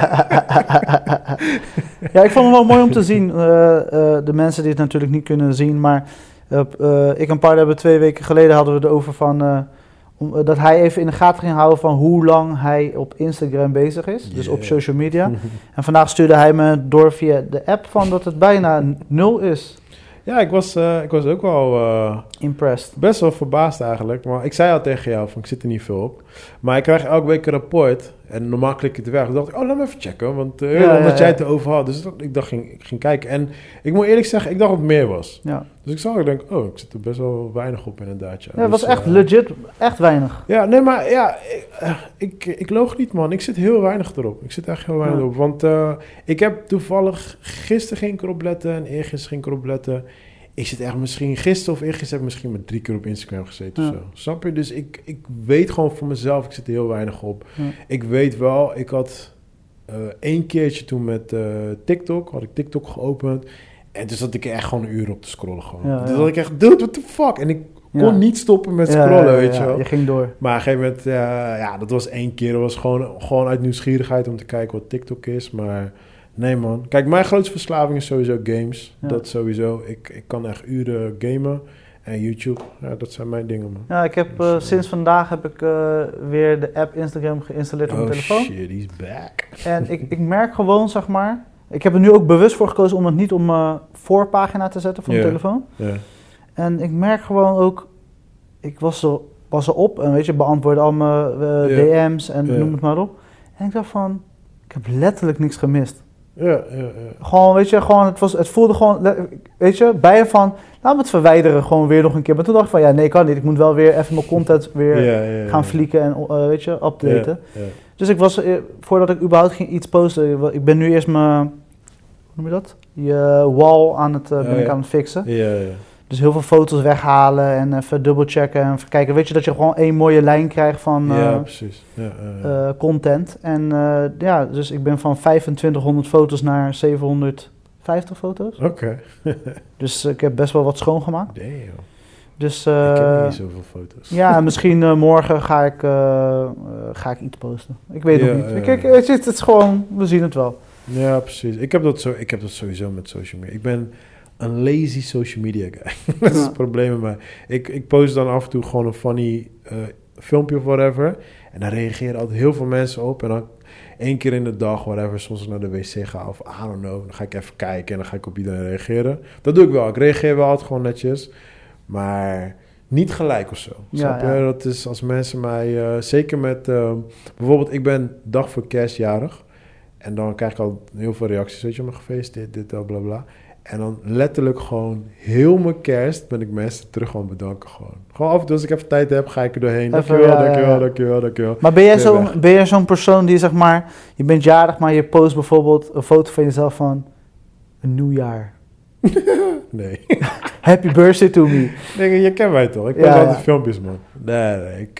Ja, ik vond het wel mooi om te zien. De mensen die het natuurlijk niet kunnen zien, maar ik en Pardo hebben 2 weken geleden hadden we het over van dat hij even in de gaten ging houden van hoe lang hij op Instagram bezig is, dus op social media. En vandaag stuurde hij me door via de app van dat het bijna 0 is. Ja, ik was ook wel impressed. Best wel verbaasd eigenlijk. Maar ik zei al tegen jou van ik zit er niet veel op. Maar ik krijg elke week een rapport. En normaal klik ik het weg. Dus dacht ik, laat me even checken. Want omdat jij het erover had. Dus ik dacht, ik ging kijken. En ik moet eerlijk zeggen, ik dacht dat het meer was. Ja. Dus ik zag ik denk, ik zit er best wel weinig op inderdaad. Ja, het was echt legit, echt weinig. Ja, nee, maar ja, ik loog niet, man. Ik zit heel weinig erop. Ik zit echt heel weinig op. Want ik heb toevallig gisteren geen keer opletten en eergisteren geen keer opletten. Ik zit echt misschien gisteren of eergisteren heb ik misschien maar 3 keer op Instagram gezeten of zo. Snap je? Dus ik weet gewoon voor mezelf, ik zit er heel weinig op. Ja. Ik weet wel, ik had 1 keertje toen met TikTok, had ik TikTok geopend. En toen zat ik echt gewoon een uur op te scrollen gewoon. Ja, dus dat ik echt, dude, what the fuck? En ik kon niet stoppen met scrollen, weet je wel. Je ging door. Maar op een gegeven moment, dat was 1 keer. Dat was gewoon uit nieuwsgierigheid om te kijken wat TikTok is, maar... Nee, man. Kijk, mijn grootste verslaving is sowieso games. Ja. Dat sowieso. Ik kan echt uren gamen. En YouTube, dat zijn mijn dingen, man. Ja, ik heb sinds vandaag heb ik weer de app Instagram geïnstalleerd op mijn telefoon. Oh shit, he's back. En ik merk gewoon, zeg maar... Ik heb er nu ook bewust voor gekozen om het niet op mijn voorpagina te zetten van de telefoon. Yeah. En ik merk gewoon ook... Ik was er op en weet je, beantwoordde al mijn DM's en noem het maar op. En ik dacht van, ik heb letterlijk niks gemist. Ja. Gewoon, weet je, het voelde gewoon, weet je, bijna van, laat me het verwijderen gewoon weer nog een keer. Maar toen dacht ik van, ja, nee, kan niet. Ik moet wel weer even mijn content weer gaan flieken en, weet je, updaten. Ja. Dus ik was, voordat ik überhaupt ging iets posten, ik ben nu eerst mijn, hoe noem je dat? Je wall aan het fixen. Ja. Dus heel veel foto's weghalen en even dubbelchecken en even kijken. Weet je, dat je gewoon 1 mooie lijn krijgt van precies. content. En dus ik ben van 2500 foto's naar 750 foto's. Oké. Dus ik heb best wel wat schoongemaakt. Damn. Dus, ik heb niet zoveel foto's. Ja, misschien morgen ga ik iets posten. Ik weet het niet. Kijk, het is gewoon, we zien het wel. Ja, precies. Ik heb dat sowieso met social media. Ik ben... een lazy social media guy. Dat is het probleem met mij. Ik post dan af en toe gewoon een funny filmpje of whatever. En daar reageren altijd heel veel mensen op. En dan 1 keer in de dag, whatever, soms naar de wc ga of I don't know. Dan ga ik even kijken en dan ga ik op iedereen reageren. Dat doe ik wel. Ik reageer wel altijd gewoon netjes. Maar niet gelijk of zo. Snap je? Ja. Dat is als mensen mij... zeker met... bijvoorbeeld, ik ben dag voor kerstjarig. En dan krijg ik al heel veel reacties. Weet je, me gefeliciteerd, dit, dat, bla, bla. En dan letterlijk gewoon heel mijn kerst ben ik mensen terug gewoon bedanken gewoon. Gewoon af en toe als ik even tijd heb, ga ik er doorheen. Dankjewel. Maar ben jij zo'n persoon die zeg maar, je bent jarig, maar je post bijvoorbeeld een foto van jezelf van een nieuw jaar? Nee. Happy birthday to me. Nee, je kent mij toch? Ik post altijd filmpjes, man. Nee.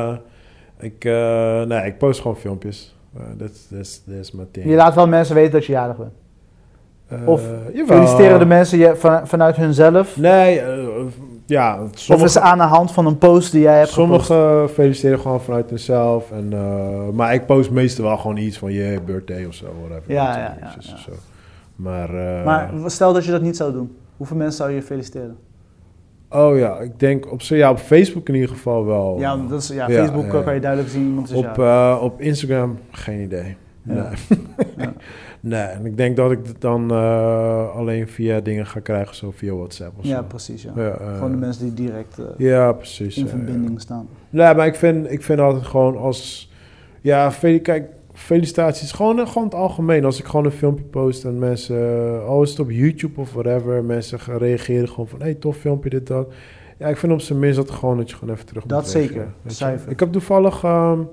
Ik post gewoon filmpjes. That's my thing. Je laat wel mensen weten dat je jarig bent. Of feliciteren de mensen je vanuit hunzelf? Nee, of is het aan de hand van een post die jij hebt gepost? Sommigen feliciteren gewoon vanuit hunzelf. Maar ik post meestal wel gewoon iets van je birthday of zo. Whatever. Ja. Zo. Maar stel dat je dat niet zou doen. Hoeveel mensen zou je feliciteren? Oh ja, ik denk op Facebook in ieder geval wel. Ja, Facebook kan je duidelijk zien. Iemand is op Instagram geen idee. Ja. Nee. Nee, en ik denk dat ik het dan alleen via dingen ga krijgen, zo via WhatsApp of zo. Ja, precies. Ja. Gewoon de mensen die direct in verbinding staan. Nee, maar ik vind altijd gewoon als... Ja, kijk, felicitaties, gewoon het algemeen. Als ik gewoon een filmpje post en mensen... is het op YouTube of whatever, mensen gaan reageren gewoon van... Hey, tof filmpje, dit, dat. Ja, ik vind op zijn minst dat gewoon dat je gewoon even terug moet reageren. Dat zeker, cijfer. Ik heb toevallig...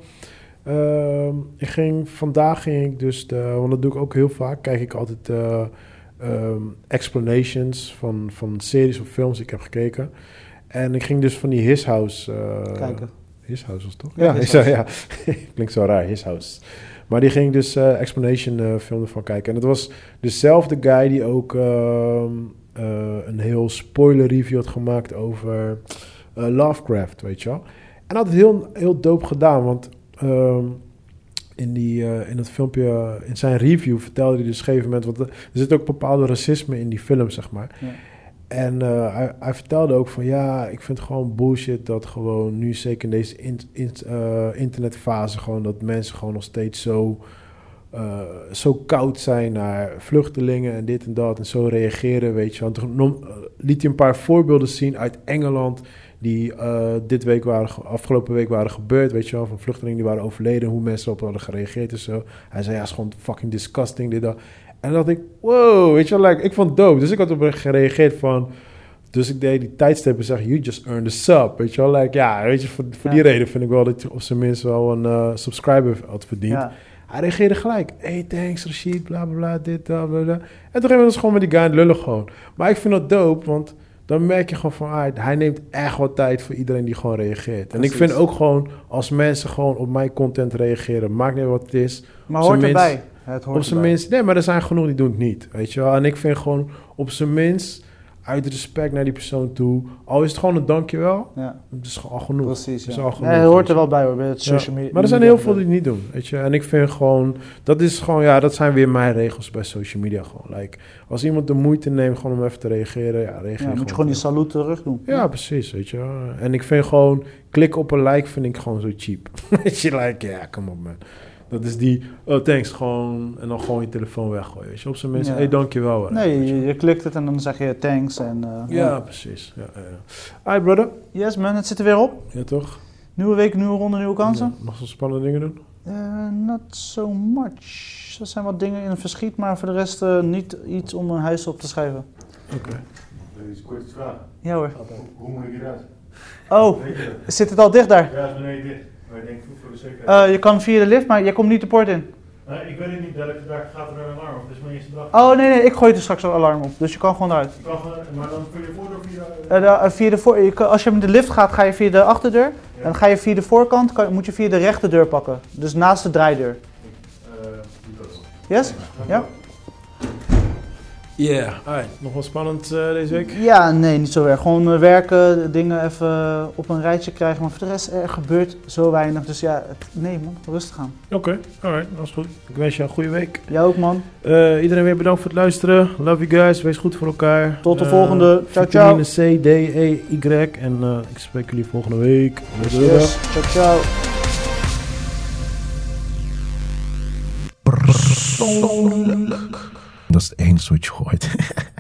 Vandaag ging ik dus, want dat doe ik ook heel vaak, kijk ik altijd explanations van series of films die ik heb gekeken. En ik ging dus van die His House... kijken. His House was toch? Ja. Klinkt zo raar, His House. Maar die ging dus explanation film ervan kijken. En het was dezelfde guy die ook een heel spoiler review had gemaakt over... Lovecraft, weet je wel. En dat had het heel, heel dope gedaan, want in dat filmpje, in zijn review vertelde hij dus op een gegeven moment, want er zit ook bepaalde racisme in die film, zeg maar. Ja. En hij vertelde ook van, ja, ik vind het gewoon bullshit dat gewoon nu, zeker in deze internetfase, gewoon dat mensen gewoon nog steeds zo koud zijn naar vluchtelingen en dit en dat en zo reageren, weet je. Want toen liet hij een paar voorbeelden zien uit Engeland die afgelopen week waren gebeurd, weet je wel, van vluchtelingen die waren overleden, hoe mensen op hadden gereageerd en zo. Hij zei, ja, het is gewoon fucking disgusting, dit dat. En dan dacht ik, wow, weet je wel, ik vond het dope. Dus ik had op gereageerd van, dus ik deed die tijdstippen en zeg, you just earned a sub, weet je wel. Ja, weet je, voor die reden vind ik wel dat je op zijn minst wel een subscriber had verdiend. Ja. Hij reageerde gelijk, hey, thanks Rashid, bla bla bla, dit, bla bla bla. En toen gingen we dus gewoon met die guy aan het lullen gewoon. Maar ik vind dat dope, want dan merk je gewoon van, hij neemt echt wat tijd voor iedereen die gewoon reageert. En ik vind ook gewoon, als mensen gewoon op mijn content reageren, maakt niet wat het is. Maar hoort erbij. Het hoort op zijn minst, nee, maar er zijn genoeg die doen het niet, weet je wel. En ik vind gewoon, op zijn minst, uit respect naar die persoon toe, al is het gewoon een dankjewel, het is gewoon al genoeg. Precies, ja. Al genoeg, het hoort er wel bij hoor, bij het social media. Maar er zijn heel veel die het niet doen, weet je. En ik vind gewoon, dat is gewoon, ja, dat zijn weer mijn regels bij social media gewoon. Like, als iemand de moeite neemt gewoon om even te reageren, reageer moet je gewoon die salut terug doen. Ja, precies, weet je. En ik vind gewoon, klikken op een like vind ik gewoon zo cheap. Weet je, like, ja, kom op man. Dat is die, oh thanks, gewoon, en dan gewoon je telefoon weggooien. Weet je, op zijn minst, hey, dankjewel. Nee, je klikt het en dan zeg je thanks. En, precies. Ja. Hi brother. Yes man, het zit er weer op. Ja toch? Nieuwe week, nieuwe ronde, nieuwe kansen. Ja, nog zo'n spannende dingen doen? Not so much. Er zijn wat dingen in het verschiet, maar voor de rest niet iets om een huis op te schrijven. Oké. Dat is een korte vraag. Ja hoor. Hoe moet ik hieruit? Oh, zit het al dicht daar? Ja, het is beneden dicht. Maar ik denk voor de zekerheid. Je kan via de lift, maar jij komt niet de poort in. Nee, ik weet het niet. Daar gaat er een alarm op. Dit is mijn eerste dag. Oh nee, ik gooi er straks een alarm op. Dus je kan gewoon eruit. Maar dan via de voordeur via als je met de lift gaat, ga je via de achterdeur. Ja. En dan ga je via de voorkant, moet je via de rechterdeur pakken. Dus naast de draaideur. Yes? Ja? Yeah, alright. Nog wat spannend deze week? Ja, nee, niet zo erg. Gewoon werken, dingen even op een rijtje krijgen. Maar voor de rest, er gebeurt zo weinig. Dus ja, nee man, rustig aan. Oké, alright, dat is goed. Ik wens je een goede week. Jij ook man. Iedereen weer bedankt voor het luisteren. Love you guys, wees goed voor elkaar. Tot de volgende. Ciao, ciao. C, D, E, Y. En ik spreek jullie volgende week. Yes. Ciao, ciao. Persoonlijk. Dat is het enige wat je gooit.